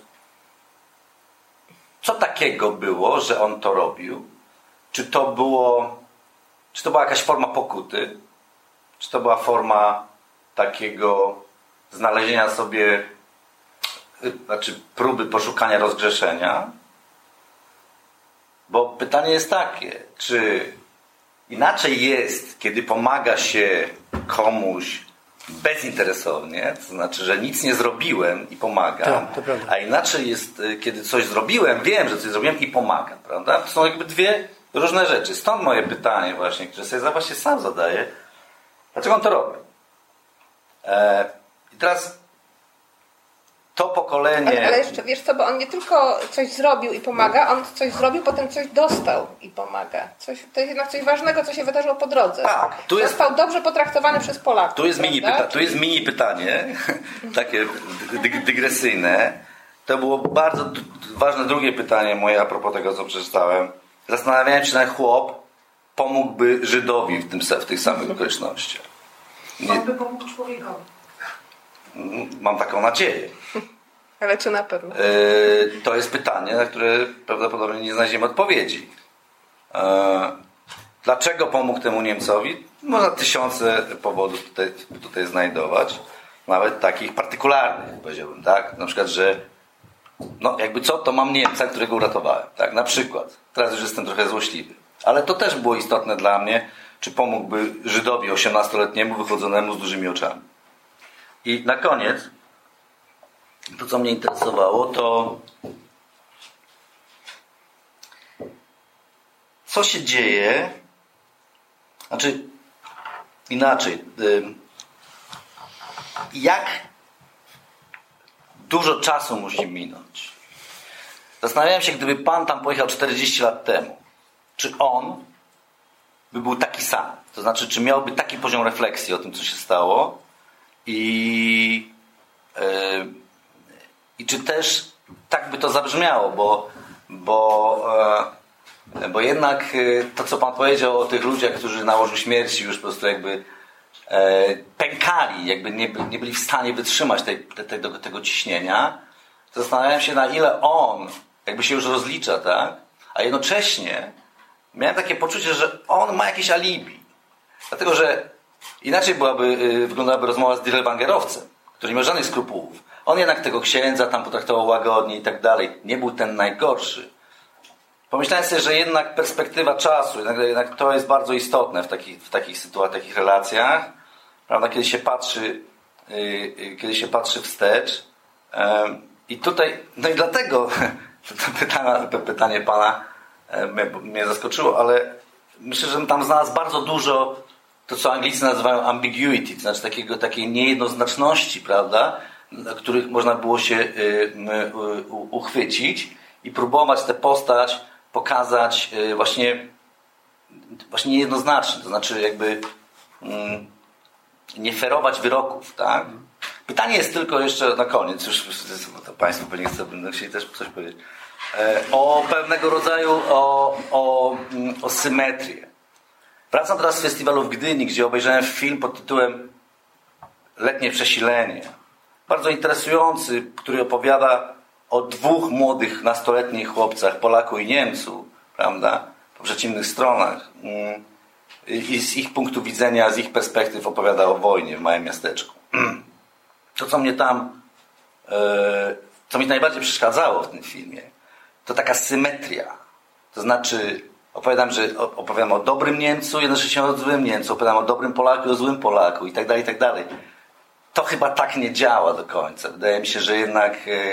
Co takiego było, że on to robił? Czy to była jakaś forma pokuty? Czy to była forma takiego znalezienia sobie, próby poszukania rozgrzeszenia? Bo pytanie jest takie, czy inaczej jest, kiedy pomaga się komuś bezinteresownie, to znaczy, że nic nie zrobiłem i pomagam, a inaczej jest, kiedy coś zrobiłem, wiem, że coś zrobiłem i pomagam, prawda? To są jakby dwie różne rzeczy. Stąd moje pytanie właśnie, które sobie właśnie sam zadaję, dlaczego on to robi? I teraz to pokolenie... Ale jeszcze, wiesz co, bo on nie tylko coś zrobił i pomaga, on coś zrobił, potem coś dostał i pomaga. To jest jednak coś ważnego, co się wydarzyło po drodze. Tak, Został dobrze potraktowany przez Polaków. Tu jest mini pytanie, takie dygresyjne. To było bardzo ważne drugie pytanie moje a propos tego, co przeczytałem. Zastanawiałem się, czy chłop pomógłby Żydowi w tych samych okolicznościach. On by pomógł człowiekowi. Mam taką nadzieję. Ale czy na pewno? To jest pytanie, na które prawdopodobnie nie znajdziemy odpowiedzi. Dlaczego pomógł temu Niemcowi? Można tysiące powodów tutaj znajdować. Nawet takich partykularnych, powiedziałbym, tak? Na przykład, że jakby co, to mam Niemca, którego uratowałem. Tak? Na przykład. Teraz już jestem trochę złośliwy. Ale to też było istotne dla mnie, czy pomógłby Żydowi 18-letniemu wychodzonemu z dużymi oczami. I na koniec, to co mnie interesowało, to co się dzieje, znaczy inaczej, jak dużo czasu musi minąć. Zastanawiałem się, gdyby pan tam pojechał 40 lat temu, czy on by był taki sam, to znaczy, czy miałby taki poziom refleksji o tym, co się stało, i czy też tak by to zabrzmiało, bo jednak to, co pan powiedział o tych ludziach, którzy na łożu śmierci już po prostu jakby pękali, jakby nie byli w stanie wytrzymać tego ciśnienia, to zastanawiałem się, na ile on jakby się już rozlicza, tak? A jednocześnie miałem takie poczucie, że on ma jakieś alibi. Dlatego, że inaczej wyglądałaby rozmowa z Dirlewangerowcem, który nie miał żadnych skrupułów. On jednak tego księdza tam potraktował łagodnie i tak dalej. Nie był ten najgorszy. Pomyślałem sobie, że jednak perspektywa czasu, jednak to jest bardzo istotne w takich sytuacjach, takich relacjach. Prawda? Kiedy się patrzy wstecz. I tutaj, i dlatego to pytanie pana mnie zaskoczyło, ale myślę, że tam znalazł bardzo dużo to, co Anglicy nazywają ambiguity, to znaczy takiej niejednoznaczności, prawda, których można było się uchwycić i próbować tę postać pokazać właśnie niejednoznacznie, to znaczy jakby nie ferować wyroków, tak? Pytanie jest tylko jeszcze na koniec, już to Państwo pewnie będą chcieli też coś powiedzieć, o pewnego rodzaju o symetrię. Wracam teraz z festiwalu w Gdyni, gdzie obejrzałem film pod tytułem Letnie przesilenie. bardzo interesujący, który opowiada o dwóch młodych, nastoletnich chłopcach, Polaku i Niemcu, prawda, po przeciwnych stronach. I z ich punktu widzenia, z ich perspektyw opowiada o wojnie w małym miasteczku. To, co mnie tam, co mi najbardziej przeszkadzało w tym filmie, to taka symetria. To znaczy, opowiadam o dobrym Niemcu, jednocześnie o złym Niemcu, opowiadam o dobrym Polaku i o złym Polaku i tak dalej, i tak dalej. To chyba tak nie działa do końca. Wydaje mi się, że jednak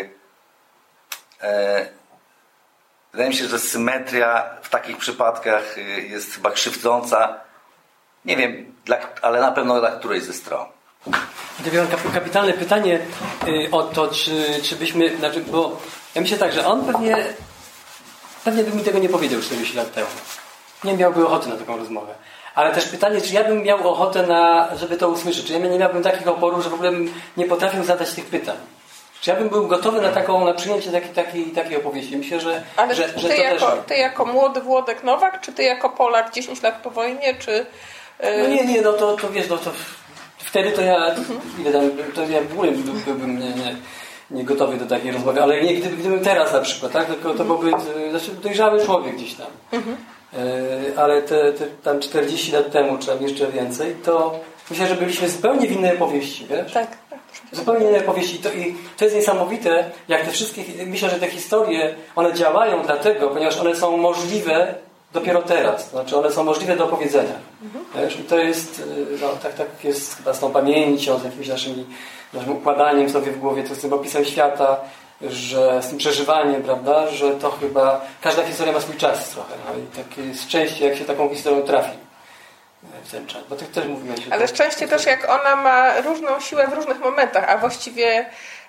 wydaje mi się, że symetria w takich przypadkach jest chyba krzywdząca. Nie wiem, ale na pewno dla którejś ze stron. Ja mam kapitalne pytanie o to, czy byśmy... Znaczy, bo ja myślę tak, że on pewnie by mi tego nie powiedział 40 lat temu. Nie miałby ochoty na taką rozmowę. Ale też pytanie, czy ja bym miał ochotę żeby to usłyszeć. Czy ja nie miałbym takich oporów, że w ogóle bym nie potrafił zadać tych pytań. Czy ja bym był gotowy na przyjęcie takiej opowieści? Myślę, że ty jako młody Włodek Nowak, czy ty jako Polak 10 lat po wojnie, czy... No nie, no to wiesz, no to wtedy to ja w ogóle byłbym nie gotowy do takiej rozmowy, ale nie gdybym teraz na przykład, tak? Tylko to byłby dojrzały człowiek gdzieś tam. Ale tam 40 lat temu, czy tam jeszcze więcej, to myślę, że byliśmy zupełnie w innej opowieści, wiesz? Tak. Zupełnie innej opowieści. I to jest niesamowite, jak te wszystkie, myślę, że te historie, one działają dlatego, ponieważ one są możliwe dopiero teraz. Znaczy one są możliwe do opowiedzenia. Wiesz? I to jest, no, tak jest chyba z tą pamięcią, z jakimś naszym układaniem sobie w głowie, to z tym opisem świata, że z tym przeżywaniem, prawda, że to chyba każda historia ma swój czas trochę. No i takie jest szczęście, jak się taką historią trafi w ten czas. Bo ty też mówiłeś. Ale szczęście też, jak ona ma różną siłę w różnych momentach, a właściwie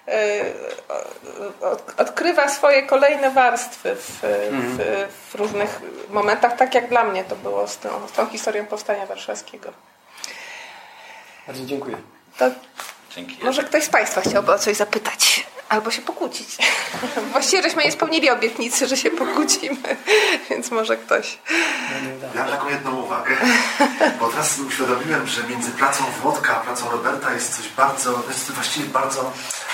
odkrywa swoje kolejne warstwy w różnych momentach, tak jak dla mnie to było z tą historią Powstania Warszawskiego. Bardzo dziękuję. To Dzięki. może ktoś z Państwa chciałby o coś zapytać albo się pokłócić. Właściwie żeśmy nie spełnili obietnicy, że się pokłócimy, więc może ktoś. Ja mam taką jedną uwagę, bo teraz sobie uświadomiłem, że między pracą Włodka a pracą Roberta jest właściwie bardzo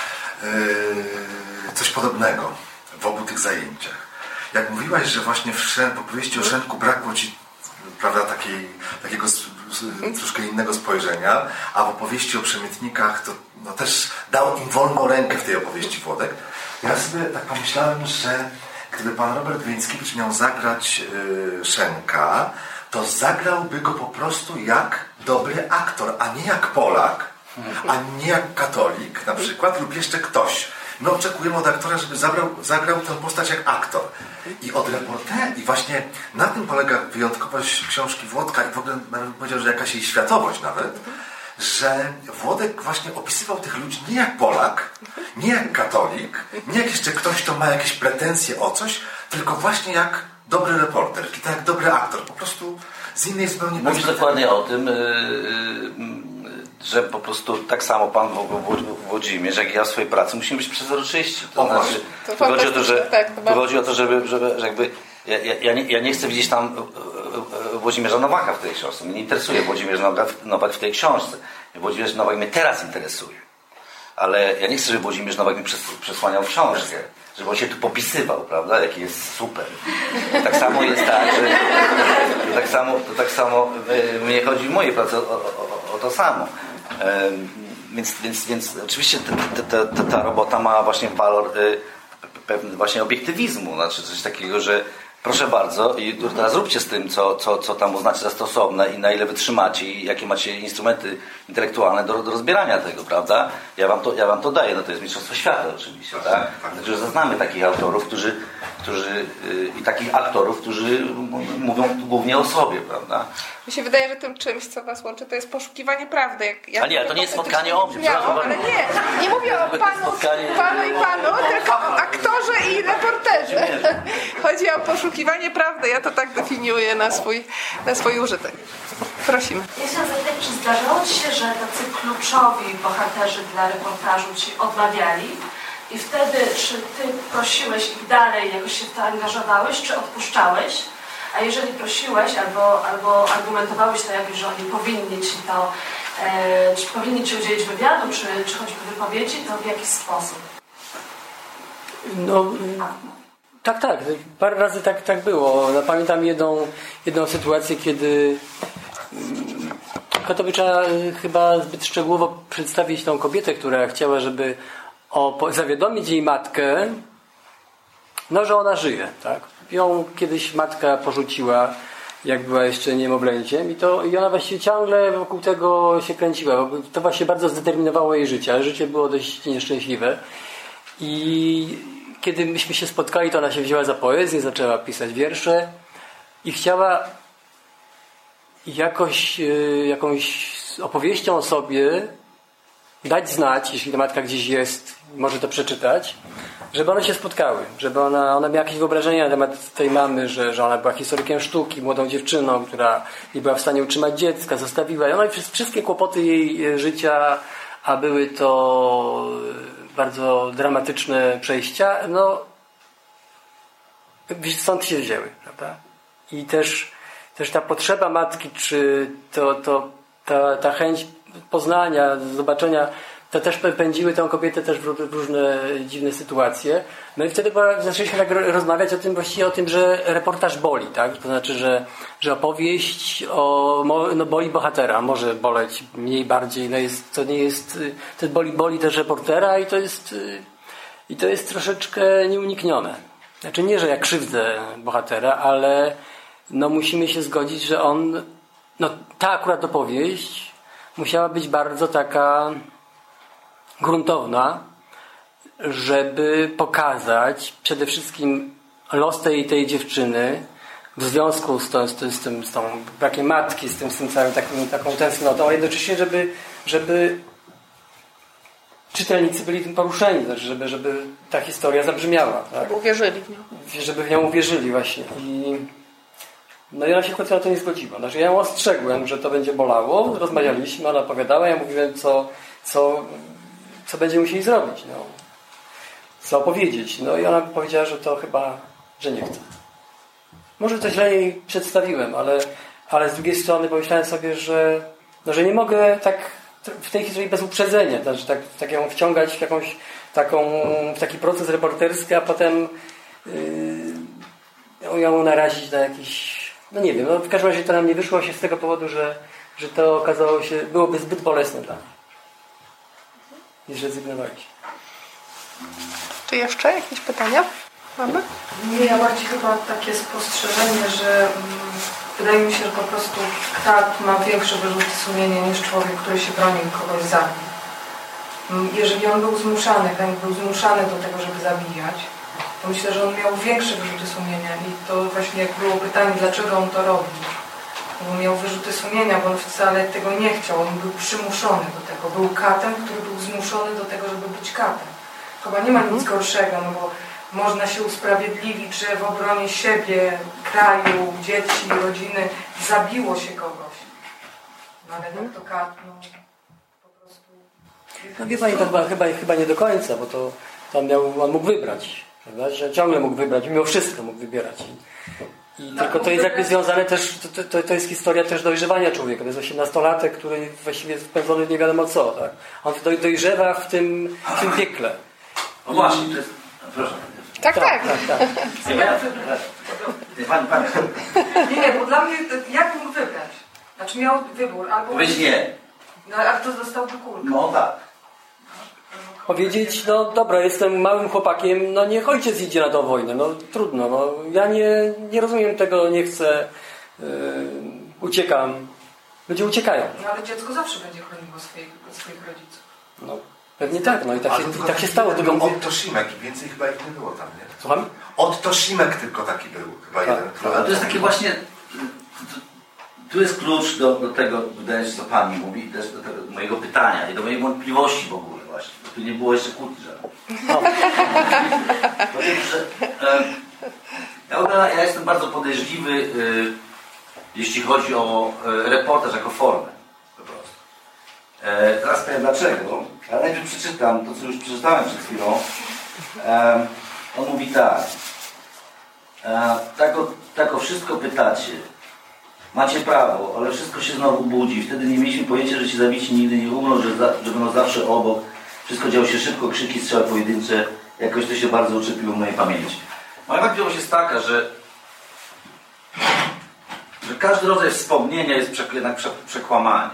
coś podobnego w obu tych zajęciach. Jak mówiłaś, że właśnie w opowieści o Szenku brakło ci, prawda, takiego troszkę innego spojrzenia, a w opowieści o przemytnikach to no, też dał im wolną rękę w tej opowieści Włodek. Ja sobie tak pomyślałem, że gdyby pan Robert Więckiewicz miał zagrać Szenka, to zagrałby go po prostu jak dobry aktor, a nie jak Polak, a nie jak katolik na przykład, lub jeszcze ktoś. My oczekujemy od aktora, żeby zagrał tę postać jak aktor. I od reportera, i właśnie na tym polega wyjątkowość książki Włodka i w ogóle bym powiedział, że jakaś jej światowość nawet, że Włodek właśnie opisywał tych ludzi nie jak Polak, nie jak katolik, nie jak jeszcze ktoś, kto ma jakieś pretensje o coś, tylko właśnie jak dobry reporter, czyli tak jak dobry aktor, po prostu z innej zupełnie perspektywy. Mówisz dokładnie o tym, że po prostu tak samo pan Włodzimierz, jak ja w swojej pracy musimy być przezroczyści. To znaczy, chodzi o to, żeby jakby ja nie chcę widzieć tam Włodzimierza Nowaka w tej książce. Mnie nie interesuje Włodzimierz Nowak w tej książce. Włodzimierz Nowak mnie teraz interesuje. Ale ja nie chcę, żeby Włodzimierz Nowak mi przesłaniał książkę. Żeby on się tu popisywał, prawda? Jaki jest super. Tak samo jest tak, że tak samo mnie chodzi w mojej pracy o to samo. Więc oczywiście ta robota ma właśnie walor pewny właśnie obiektywizmu, znaczy coś takiego, że proszę bardzo i teraz róbcie z tym, co tam uznacie za stosowne i na ile wytrzymacie i jakie macie instrumenty intelektualne do rozbierania tego, prawda? Ja wam to daję, no to jest mistrzostwo świata oczywiście, tak? Także znamy takich autorów, i takich aktorów, którzy mówią głównie o sobie, prawda? Mi się wydaje, że tym czymś, co was łączy, to jest poszukiwanie prawdy. Ale nie, to nie jest spotkanie o mnie. Ale nie mówię o panu i panu, tylko o aktorze i reporterze. Chodzi o poszukiwanie prawdy. Ja to tak definiuję na swój użytek. Prosimy. Ja chciałam zapytać, czy zdarzało ci się, że tacy kluczowi bohaterzy dla reportażu ci odmawiali? I wtedy, czy ty prosiłeś ich dalej, jakoś się w to angażowałeś, czy odpuszczałeś? A jeżeli prosiłeś albo argumentowałeś to jakoś, że oni powinni ci to Czy powinni Ci udzielić wywiadu, czy choćby wypowiedzi, to w jaki sposób? No, tak. Parę razy tak było. No, pamiętam jedną sytuację, kiedy to by trzeba chyba zbyt szczegółowo przedstawić tą kobietę, która chciała, żeby zawiadomić jej matkę, no, że ona żyje, tak? Ją kiedyś matka porzuciła, jak była jeszcze niemowlęciem i ona właściwie ciągle wokół tego się kręciła. To właśnie bardzo zdeterminowało jej życie, ale życie było dość nieszczęśliwe. I kiedy myśmy się spotkali, to ona się wzięła za poezję, zaczęła pisać wiersze i chciała jakąś opowieścią o sobie dać znać, jeśli ta matka gdzieś jest, może to przeczytać, żeby one się spotkały, żeby ona miała jakieś wyobrażenia na temat tej mamy, że ona była historykiem sztuki, młodą dziewczyną, która nie była w stanie utrzymać dziecka, zostawiła ją, wszystkie kłopoty jej życia, a były to bardzo dramatyczne przejścia, no stąd się wzięły, prawda? I też ta potrzeba matki, czy ta chęć poznania, zobaczenia, to też pędziły tę kobietę też w różne dziwne sytuacje. No i wtedy zaczęliśmy tak rozmawiać o tym, że reportaż boli, tak? To znaczy, że opowieść boli bohatera, może boleć mniej, bardziej, to boli też reportera i to jest troszeczkę nieuniknione. Znaczy nie, że ja krzywdzę bohatera, ale no musimy się zgodzić, że ta akurat opowieść musiała być bardzo taka gruntowna, żeby pokazać przede wszystkim los tej dziewczyny w związku z tą brakiem matki, z tym całym taką tęsknotą, a jednocześnie, żeby czytelnicy byli tym poruszeni, znaczy żeby ta historia zabrzmiała. Tak? Żeby uwierzyli w nią. Żeby w nią uwierzyli właśnie. No i ona się w końcu na to nie zgodziła. Znaczy ja ją ostrzegłem, że to będzie bolało, rozmawialiśmy, ona opowiadała, ja mówiłem, co będziemy musieli zrobić, no. Co opowiedzieć. No i ona powiedziała, że to chyba, że nie chce. Może to źle jej przedstawiłem, ale z drugiej strony pomyślałem sobie, że nie mogę tak w tej historii bez uprzedzenia, znaczy tak ją wciągać w taki proces reporterski, a potem ją narazić na jakiś, no nie wiem, w każdym razie to nam nie wyszło się z tego powodu, że to okazało się, byłoby zbyt bolesne dla mnie. I zrezygnowaliśmy. Czy jeszcze jakieś pytania mamy? Nie, ja bardziej chyba takie spostrzeżenie, że wydaje mi się, że po prostu kat ma większe wyrzuty sumienia niż człowiek, który się broni kogoś zabił. Jeżeli on był zmuszany, Henk był zmuszany do tego, żeby zabijać, to myślę, że on miał większe wyrzuty sumienia i to właśnie jak było pytanie, dlaczego on to robił. Bo miał wyrzuty sumienia, bo on wcale tego nie chciał, on był przymuszony do tego. Był katem, który był zmuszony do tego, żeby być katem. Chyba nie ma nic gorszego, no bo można się usprawiedliwić, że w obronie siebie, kraju, dzieci, rodziny zabiło się kogoś. No ale tak to kat, no po prostu... No wie pani, to chyba nie do końca, bo to tam on mógł wybrać. Prawda? Że ciągle mógł wybrać, mimo wszystko mógł wybierać. I tylko to jest jakby związane też, to jest historia też dojrzewania człowieka. To jest 18-latek, który właściwie jest wpędzony w nie wiadomo co. Tak? On dojrzewa w tym piekle. No właśnie, to jest... Proszę. Tak. Pani. Nie, bo dla mnie, jak mógł wybrać? Znaczy miał wybór, albo... Powiedz nie. No, a kto dostałby kulkę? No tak. Powiedzieć, no dobra, jestem małym chłopakiem, no niech ojciec idzie na tą wojnę, no trudno, no ja nie rozumiem tego, nie chcę, uciekam. Ludzie uciekają. No ale dziecko zawsze będzie chroniło swoich rodziców. No pewnie tak, no i tak się stało. Otto Szymek i więcej chyba ich nie było tam, nie? Słucham? Otto Szymek tylko taki był, chyba jeden. Ale to jest takie właśnie... Tu jest klucz do tego, wydaje się, co Pani mówi, też do tego mojego pytania i do mojej wątpliwości w ogóle właśnie. Tu nie było jeszcze kłótni żadnych. Ja jestem bardzo podejrzliwy, jeśli chodzi o reportaż jako formę. Po prostu. Teraz powiem dlaczego, ale najpierw przeczytam to, co już przeczytałem przed chwilą. On mówi tak. Tak o wszystko pytacie. macie prawo, ale wszystko się znowu budzi. Wtedy nie mieliśmy pojęcia, że ci zabici nigdy nie umrą, że będą zawsze obok. Wszystko działo się szybko, krzyki, strzały pojedyncze. Jakoś to się bardzo uczepiło w mojej pamięci. Moja wątpliwość jest taka, że każdy rodzaj wspomnienia jest jednak przekłamaniem.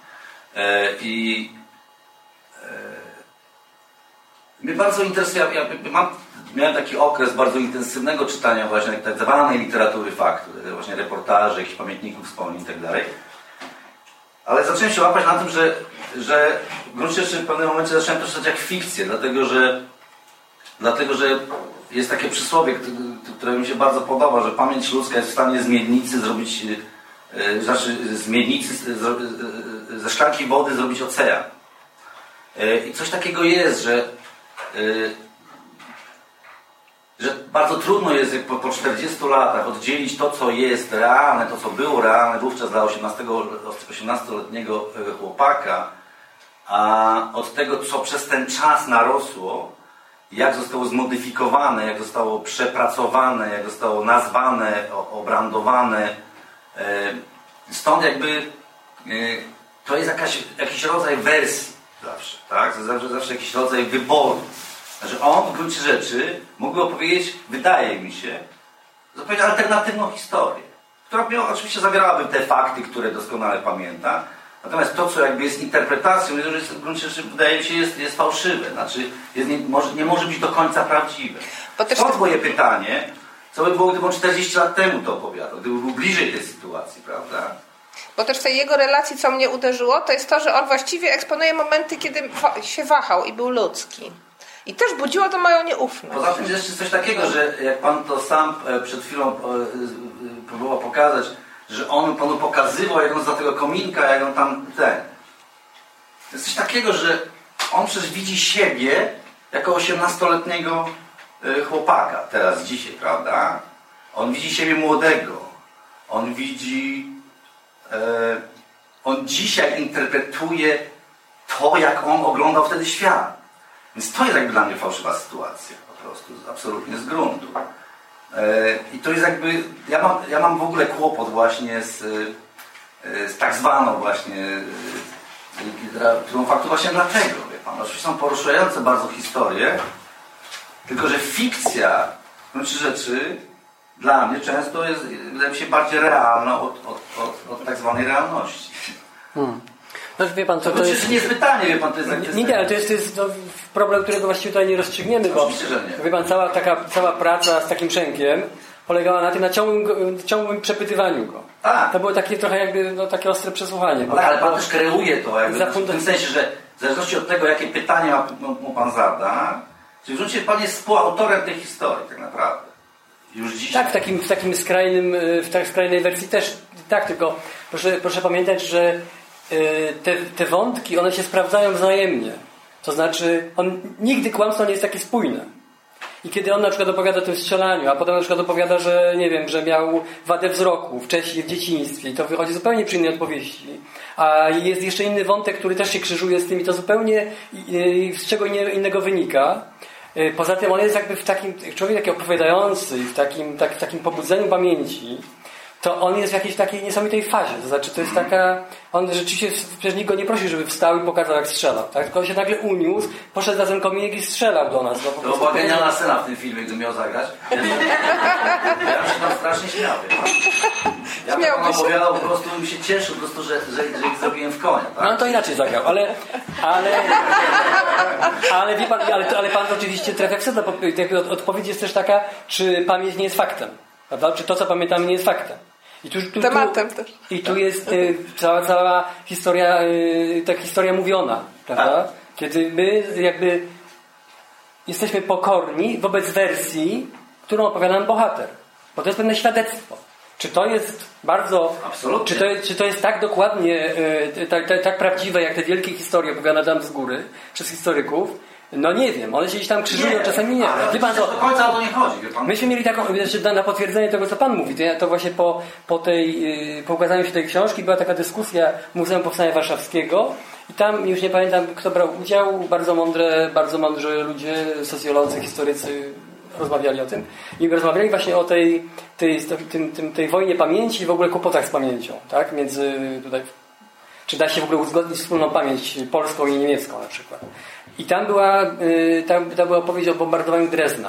Mnie bardzo interesuje, miałem taki okres bardzo intensywnego czytania właśnie tak zwanej literatury faktu, właśnie reportaży, jakichś pamiętników wspomnień i tak dalej. Ale zacząłem się łapać na tym, że w gruncie rzeczy w pewnym momencie zacząłem to czytać jak fikcję, dlatego że jest takie przysłowie, które mi się bardzo podoba, że pamięć ludzka jest w stanie z miednicy zrobić, z miednicy, ze szklanki wody zrobić ocean. I coś takiego jest, że bardzo trudno jest po 40 latach oddzielić to, co jest realne, to, co było realne wówczas dla 18-letniego chłopaka, a od tego, co przez ten czas narosło, jak zostało zmodyfikowane, jak zostało przepracowane, jak zostało nazwane, obrandowane. Stąd jakby to jest jakiś rodzaj wersji zawsze, tak? Zawsze jakiś rodzaj wyboru. Znaczy on w gruncie rzeczy mógłby opowiedzieć, wydaje mi się, zupełnie alternatywną historię, która oczywiście zawierałaby te fakty, które doskonale pamięta. Natomiast to, co jakby jest interpretacją, w gruncie rzeczy wydaje mi się jest fałszywe. Znaczy nie może być do końca prawdziwe. Stąd moje pytanie, co by było, gdyby on 40 lat temu to opowiadał, gdyby był bliżej tej sytuacji, prawda? Bo też w tej jego relacji, co mnie uderzyło, to jest to, że on właściwie eksponuje momenty, kiedy się wahał i był ludzki. I też budziło to moją nieufność. Poza tym jest jeszcze coś takiego, że jak pan to sam przed chwilą próbował pokazać, że on panu pokazywał, jak on za tego kominka, jak on tam To jest coś takiego, że on przecież widzi siebie jako 18-letniego chłopaka teraz, dzisiaj, prawda? On widzi siebie młodego. On widzi... on dzisiaj interpretuje to, jak on oglądał wtedy świat. Więc to jest jakby dla mnie fałszywa sytuacja. Po prostu, absolutnie z gruntu. I to jest jakby... Ja mam w ogóle kłopot właśnie z tak zwaną właśnie literaturą faktu właśnie dlatego, wie pan. Oczywiście są poruszające bardzo historie, tylko że fikcja w gruncie rzeczy dla mnie często jest, wydaje mi się, bardziej realna od tak zwanej realności. No, wie pan, to jest... nie jest pytanie, wie pan, to jest... Nie, ale to jest problem, którego właściwie tutaj nie rozstrzygniemy, bo wie pan, cała praca z takim Schenkiem polegała na tym, na ciągłym przepytywaniu go. Tak. To było takie trochę jakby takie ostre przesłuchanie. Ale pan też kreuje to, jakby, w tym sensie, że w zależności od tego, jakie pytania mu pan zada, czyli w gruncie pan jest współautorem tej historii tak naprawdę. Już dzisiaj. Tak, w takim skrajnej wersji też. Tak, tylko proszę pamiętać, że te wątki, one się sprawdzają wzajemnie. To znaczy, nigdy kłamstwo nie jest takie spójne. I kiedy on na przykład opowiada o tym strzelaniu, a potem na przykład opowiada, że nie wiem, że miał wadę wzroku wcześniej w dzieciństwie, to wychodzi zupełnie przy innej odpowiedzi. A jest jeszcze inny wątek, który też się krzyżuje z tym i to zupełnie z czego innego wynika. Poza tym on jest jakby w takim, człowiek taki opowiadający, w takim pobudzeniu pamięci, to on jest w jakiejś takiej niesamowitej fazie. To znaczy, to jest taka... On rzeczywiście, przecież nikt go nie prosi, żeby wstał i pokazał, jak strzelał. Tak? Tylko on się nagle uniósł, poszedł za ten kominek i strzelał do nas. To była genialna scena w tym filmie, gdy miał zagrać. Ja się tam strasznie śmiał. Ja tak opowiadał, po prostu bym się cieszył, po prostu, że zrobiłem w konia. Tak? No to inaczej zagrał, ale wie pan, ale pan oczywiście trafia w sedno. Odpowiedź jest też taka, czy pamięć nie jest faktem. Prawda? Czy to, co pamiętamy, nie jest faktem. Tematem też. I tu jest cała historia, ta historia mówiona, prawda? Kiedy my jakby jesteśmy pokorni wobec wersji, którą opowiada nam bohater. Bo to jest pewne świadectwo. Czy to jest bardzo... Absolutnie. Czy to jest tak dokładnie, tak prawdziwe, jak te wielkie historie opowiadane tam z góry przez historyków? No nie wiem, one się gdzieś tam krzyżują, czasami nie. Wie pan, do końca o to nie chodzi, wie pan. Myśmy mieli taką, na potwierdzenie tego, co pan mówi, to właśnie po ukazaniu się tej książki była taka dyskusja w Muzeum Powstania Warszawskiego i tam, już nie pamiętam, kto brał udział, bardzo mądrzy ludzie, socjolodzy, historycy rozmawiali o tym i rozmawiali właśnie o tej wojnie pamięci i w ogóle kłopotach z pamięcią, tak? Między tutaj, czy da się w ogóle uzgodnić wspólną pamięć polską i niemiecką na przykład. I tam była opowieść o bombardowaniu Drezna.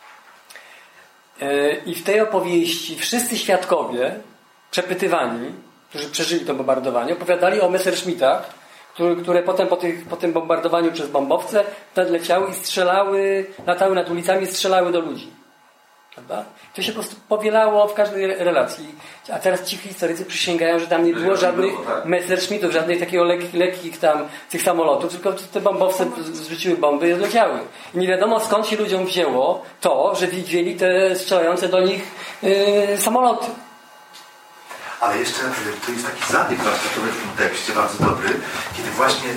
I w tej opowieści wszyscy świadkowie przepytywani, którzy przeżyli to bombardowanie, opowiadali o Messerschmittach, które potem po tym bombardowaniu przez bombowce nadleciały i strzelały, latały nad ulicami i strzelały do ludzi. Prawda? To się po prostu powielało w każdej relacji. A teraz ci historycy przysięgają, że tam nie było żadnych Messerschmittów, żadnych takiego lekkich tam tych samolotów, tylko te bombowce zrzuciły bomby i odleciały. I nie wiadomo skąd się ludziom wzięło to, że widzieli te strzelające do nich samoloty. Ale jeszcze to jest taki zabieg warsztatowy w tym tekście, bardzo dobry, kiedy właśnie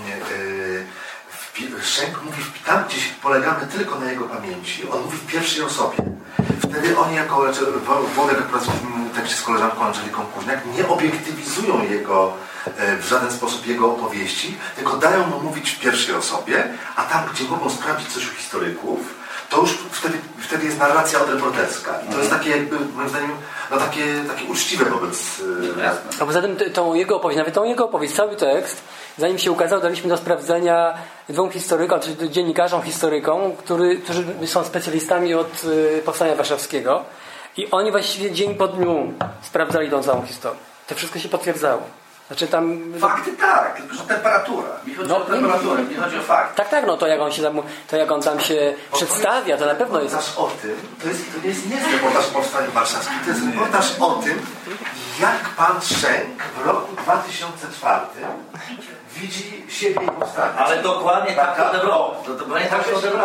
Szenk mówi, tam gdzieś polegamy tylko na jego pamięci, on mówi w pierwszej osobie. Wtedy oni Włodek akurat w tym tekście z koleżanką Angeliką Kuźniak nie obiektywizują jego w żaden sposób jego opowieści, tylko dają mu mówić w pierwszej osobie, a tam, gdzie mogą sprawdzić coś u historyków, to już wtedy jest narracja odreporterska. I to jest takie jakby, moim zdaniem, no takie uczciwe wobec... A poza tym nawet tą jego opowieść, cały tekst, zanim się ukazał, daliśmy do sprawdzenia dwóm historykom, czyli dziennikarzom, historykom, którzy są specjalistami od Powstania Warszawskiego i oni właściwie dzień po dniu sprawdzali tą całą historię. To wszystko się potwierdzało. Znaczy tam... Fakty tak, tylko że temperatura. Mi chodzi o temperaturę, nie chodzi o fakty. Tak, no to jak on tam się przedstawia, to na pewno jest... Reportaż o tym, to nie jest reportaż o Powstaniu Warszawskim, to jest reportaż o tym, jak pan Szenk w roku 2004 widzi siebie i powstanie. Ale dokładnie tak to odebrał. Dokładnie tak to odebrał.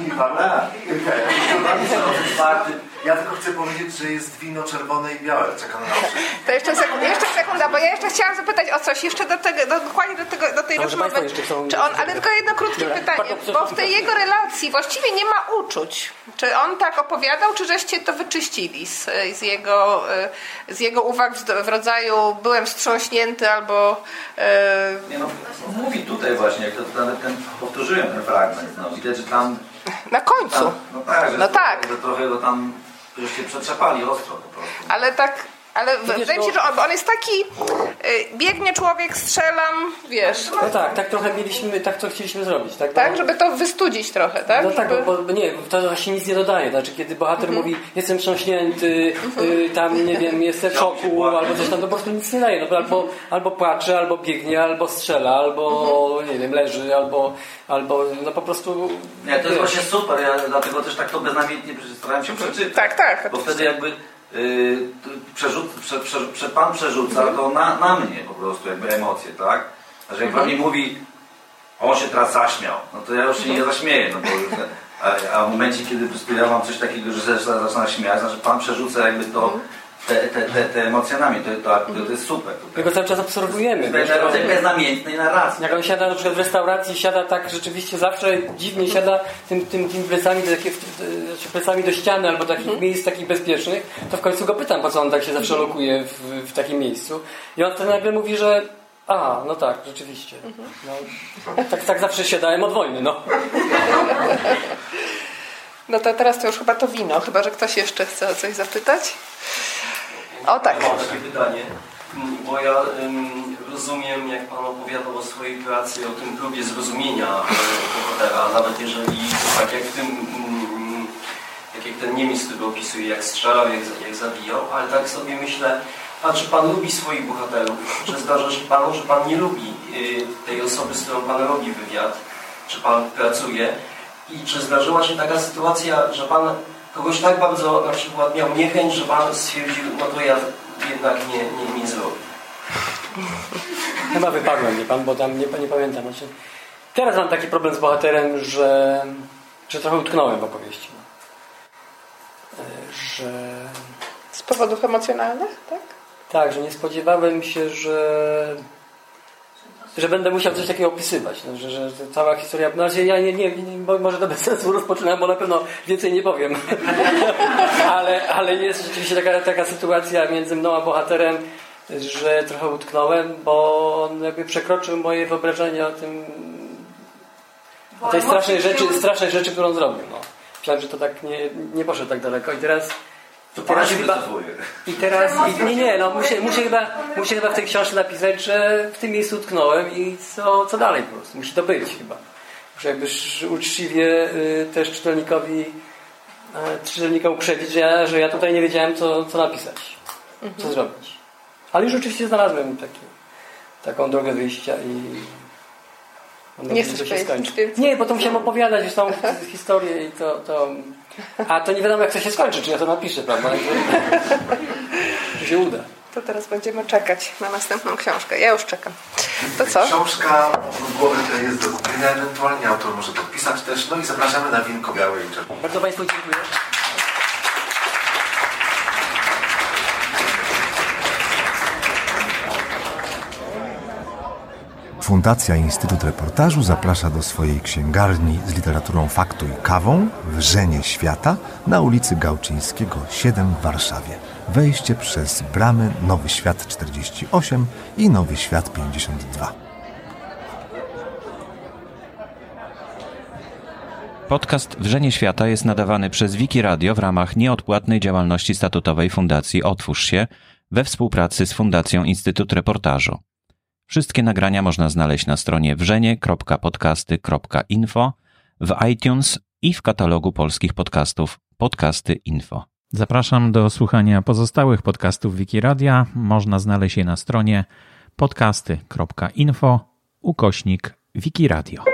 Ja tylko chcę powiedzieć, że jest wino czerwone i białe. Czekam na oczy. To jeszcze sekunda, bo ja jeszcze chciałam zapytać o coś. Jeszcze dokładnie do tej rozmowy. Ale tylko jedno krótkie pytanie. Bo w tej jego relacji właściwie nie ma uczuć. Czy on tak opowiadał, czy żeście to wyczyścili z jego uwag w rodzaju byłem wstrząśnięty albo... Nie no, mówi tutaj właśnie, jak to nawet powtórzyłem ten fragment. No, widać, że tam... Na końcu. Tam, że trochę go tam się przetrzepali ostro po prostu. Ale wydaje mi się, że on jest taki, biegnie człowiek, strzelam, wiesz. No tak trochę mieliśmy, tak to chcieliśmy zrobić. Tak, żeby to wystudzić trochę, tak? No tak, bo nie, to właśnie nic nie dodaje. Znaczy, kiedy bohater mówi, jestem trząśnięty, tam, nie wiem, jestem w szoku, albo coś tam, to po prostu nic nie daje. No, albo płacze, albo biegnie, albo strzela, albo, nie wiem, leży, albo no po prostu... Nie, to jest właśnie super, ja dlatego też tak to beznamiętnie starałem się przeczytać. Tak. Bo wtedy jakby pan przerzuca to na mnie po prostu jakby emocje, tak? Że jak pan mi mówi, on się teraz zaśmiał, no to ja już się nie zaśmieję, no bo a w momencie, kiedy ja mam coś takiego, że zaczyna śmiać, znaczy pan przerzuca jakby to te emocjonami, to jest super. My go cały czas obserwujemy. To jest rodzaj beznamiętnej narracji. Jak on siada na przykład w restauracji, siada tak rzeczywiście zawsze dziwnie siada tymi plecami do ściany albo takich miejsc takich bezpiecznych, to w końcu go pytam, po co on tak się zawsze lokuje w takim miejscu. I on wtedy nagle mówi, że no tak, rzeczywiście. No, tak zawsze siadałem od wojny, no. No to teraz to już chyba to wino, chyba że ktoś jeszcze chce o coś zapytać. O tak. Mam takie pytanie, bo ja rozumiem, jak Pan opowiadał o swojej pracy, o tym próbie zrozumienia bohatera, nawet jeżeli tak jak jak ten Niemiec, który opisuje, jak strzelał, jak zabijał, ale tak sobie myślę, a czy Pan lubi swoich bohaterów? Czy zdarza się Panu, że Pan nie lubi tej osoby, z którą Pan robi wywiad? Czy Pan pracuje? I czy zdarzyła się taka sytuacja, że Pan kogoś tak bardzo na przykład miał niechęć, że Pan stwierdził, no to ja jednak nie zrobię? Chyba wypadłem, nie Pan, bo tam nie pamiętam. Znaczy, teraz mam taki problem z bohaterem, że trochę utknąłem w opowieści. Z powodów emocjonalnych, tak? Tak, że nie spodziewałem się, że będę musiał coś takiego opisywać. No, że cała historia... Znaczy ja nie może to bez sensu rozpoczynam, bo na pewno więcej nie powiem. ale jest rzeczywiście taka sytuacja między mną a bohaterem, że trochę utknąłem, bo on jakby przekroczył moje wyobrażenie o tym... O tej strasznej rzeczy, którą zrobił. No. myślałem, że to tak nie poszło tak daleko i teraz muszę chyba w tej książce napisać, że w tym miejscu utknąłem i co dalej po prostu. Musi to być chyba. Muszę jakby uczciwie też czytelnika uprzedzić, że ja tutaj nie wiedziałem co napisać, co zrobić. Ale już oczywiście znalazłem taką drogę wyjścia i nie chcesz się skończy. Nie, bo to musiałem opowiadać już tą historię i a to nie wiadomo jak to się skończy, czy ja to napiszę, prawda? Czy się uda. To teraz będziemy czekać na następną książkę. Ja już czekam. To co? Książka w głowie jest do kupienia ewentualnie, autor może podpisać też. No i zapraszamy na winko białe i czerwone. Bardzo Państwu dziękuję. Fundacja Instytut Reportażu zaprasza do swojej księgarni z literaturą faktu i kawą Wrzenie Świata na ulicy Gałczyńskiego 7 w Warszawie. Wejście przez bramy Nowy Świat 48 i Nowy Świat 52. Podcast Wrzenie Świata jest nadawany przez Wiki Radio w ramach nieodpłatnej działalności statutowej Fundacji Otwórz się we współpracy z Fundacją Instytut Reportażu. Wszystkie nagrania można znaleźć na stronie wrzenie.podcasty.info, w iTunes i w katalogu polskich podcastów Podcasty Info. Zapraszam do słuchania pozostałych podcastów Wikiradia. Można znaleźć je na stronie podcasty.info/Wikiradio.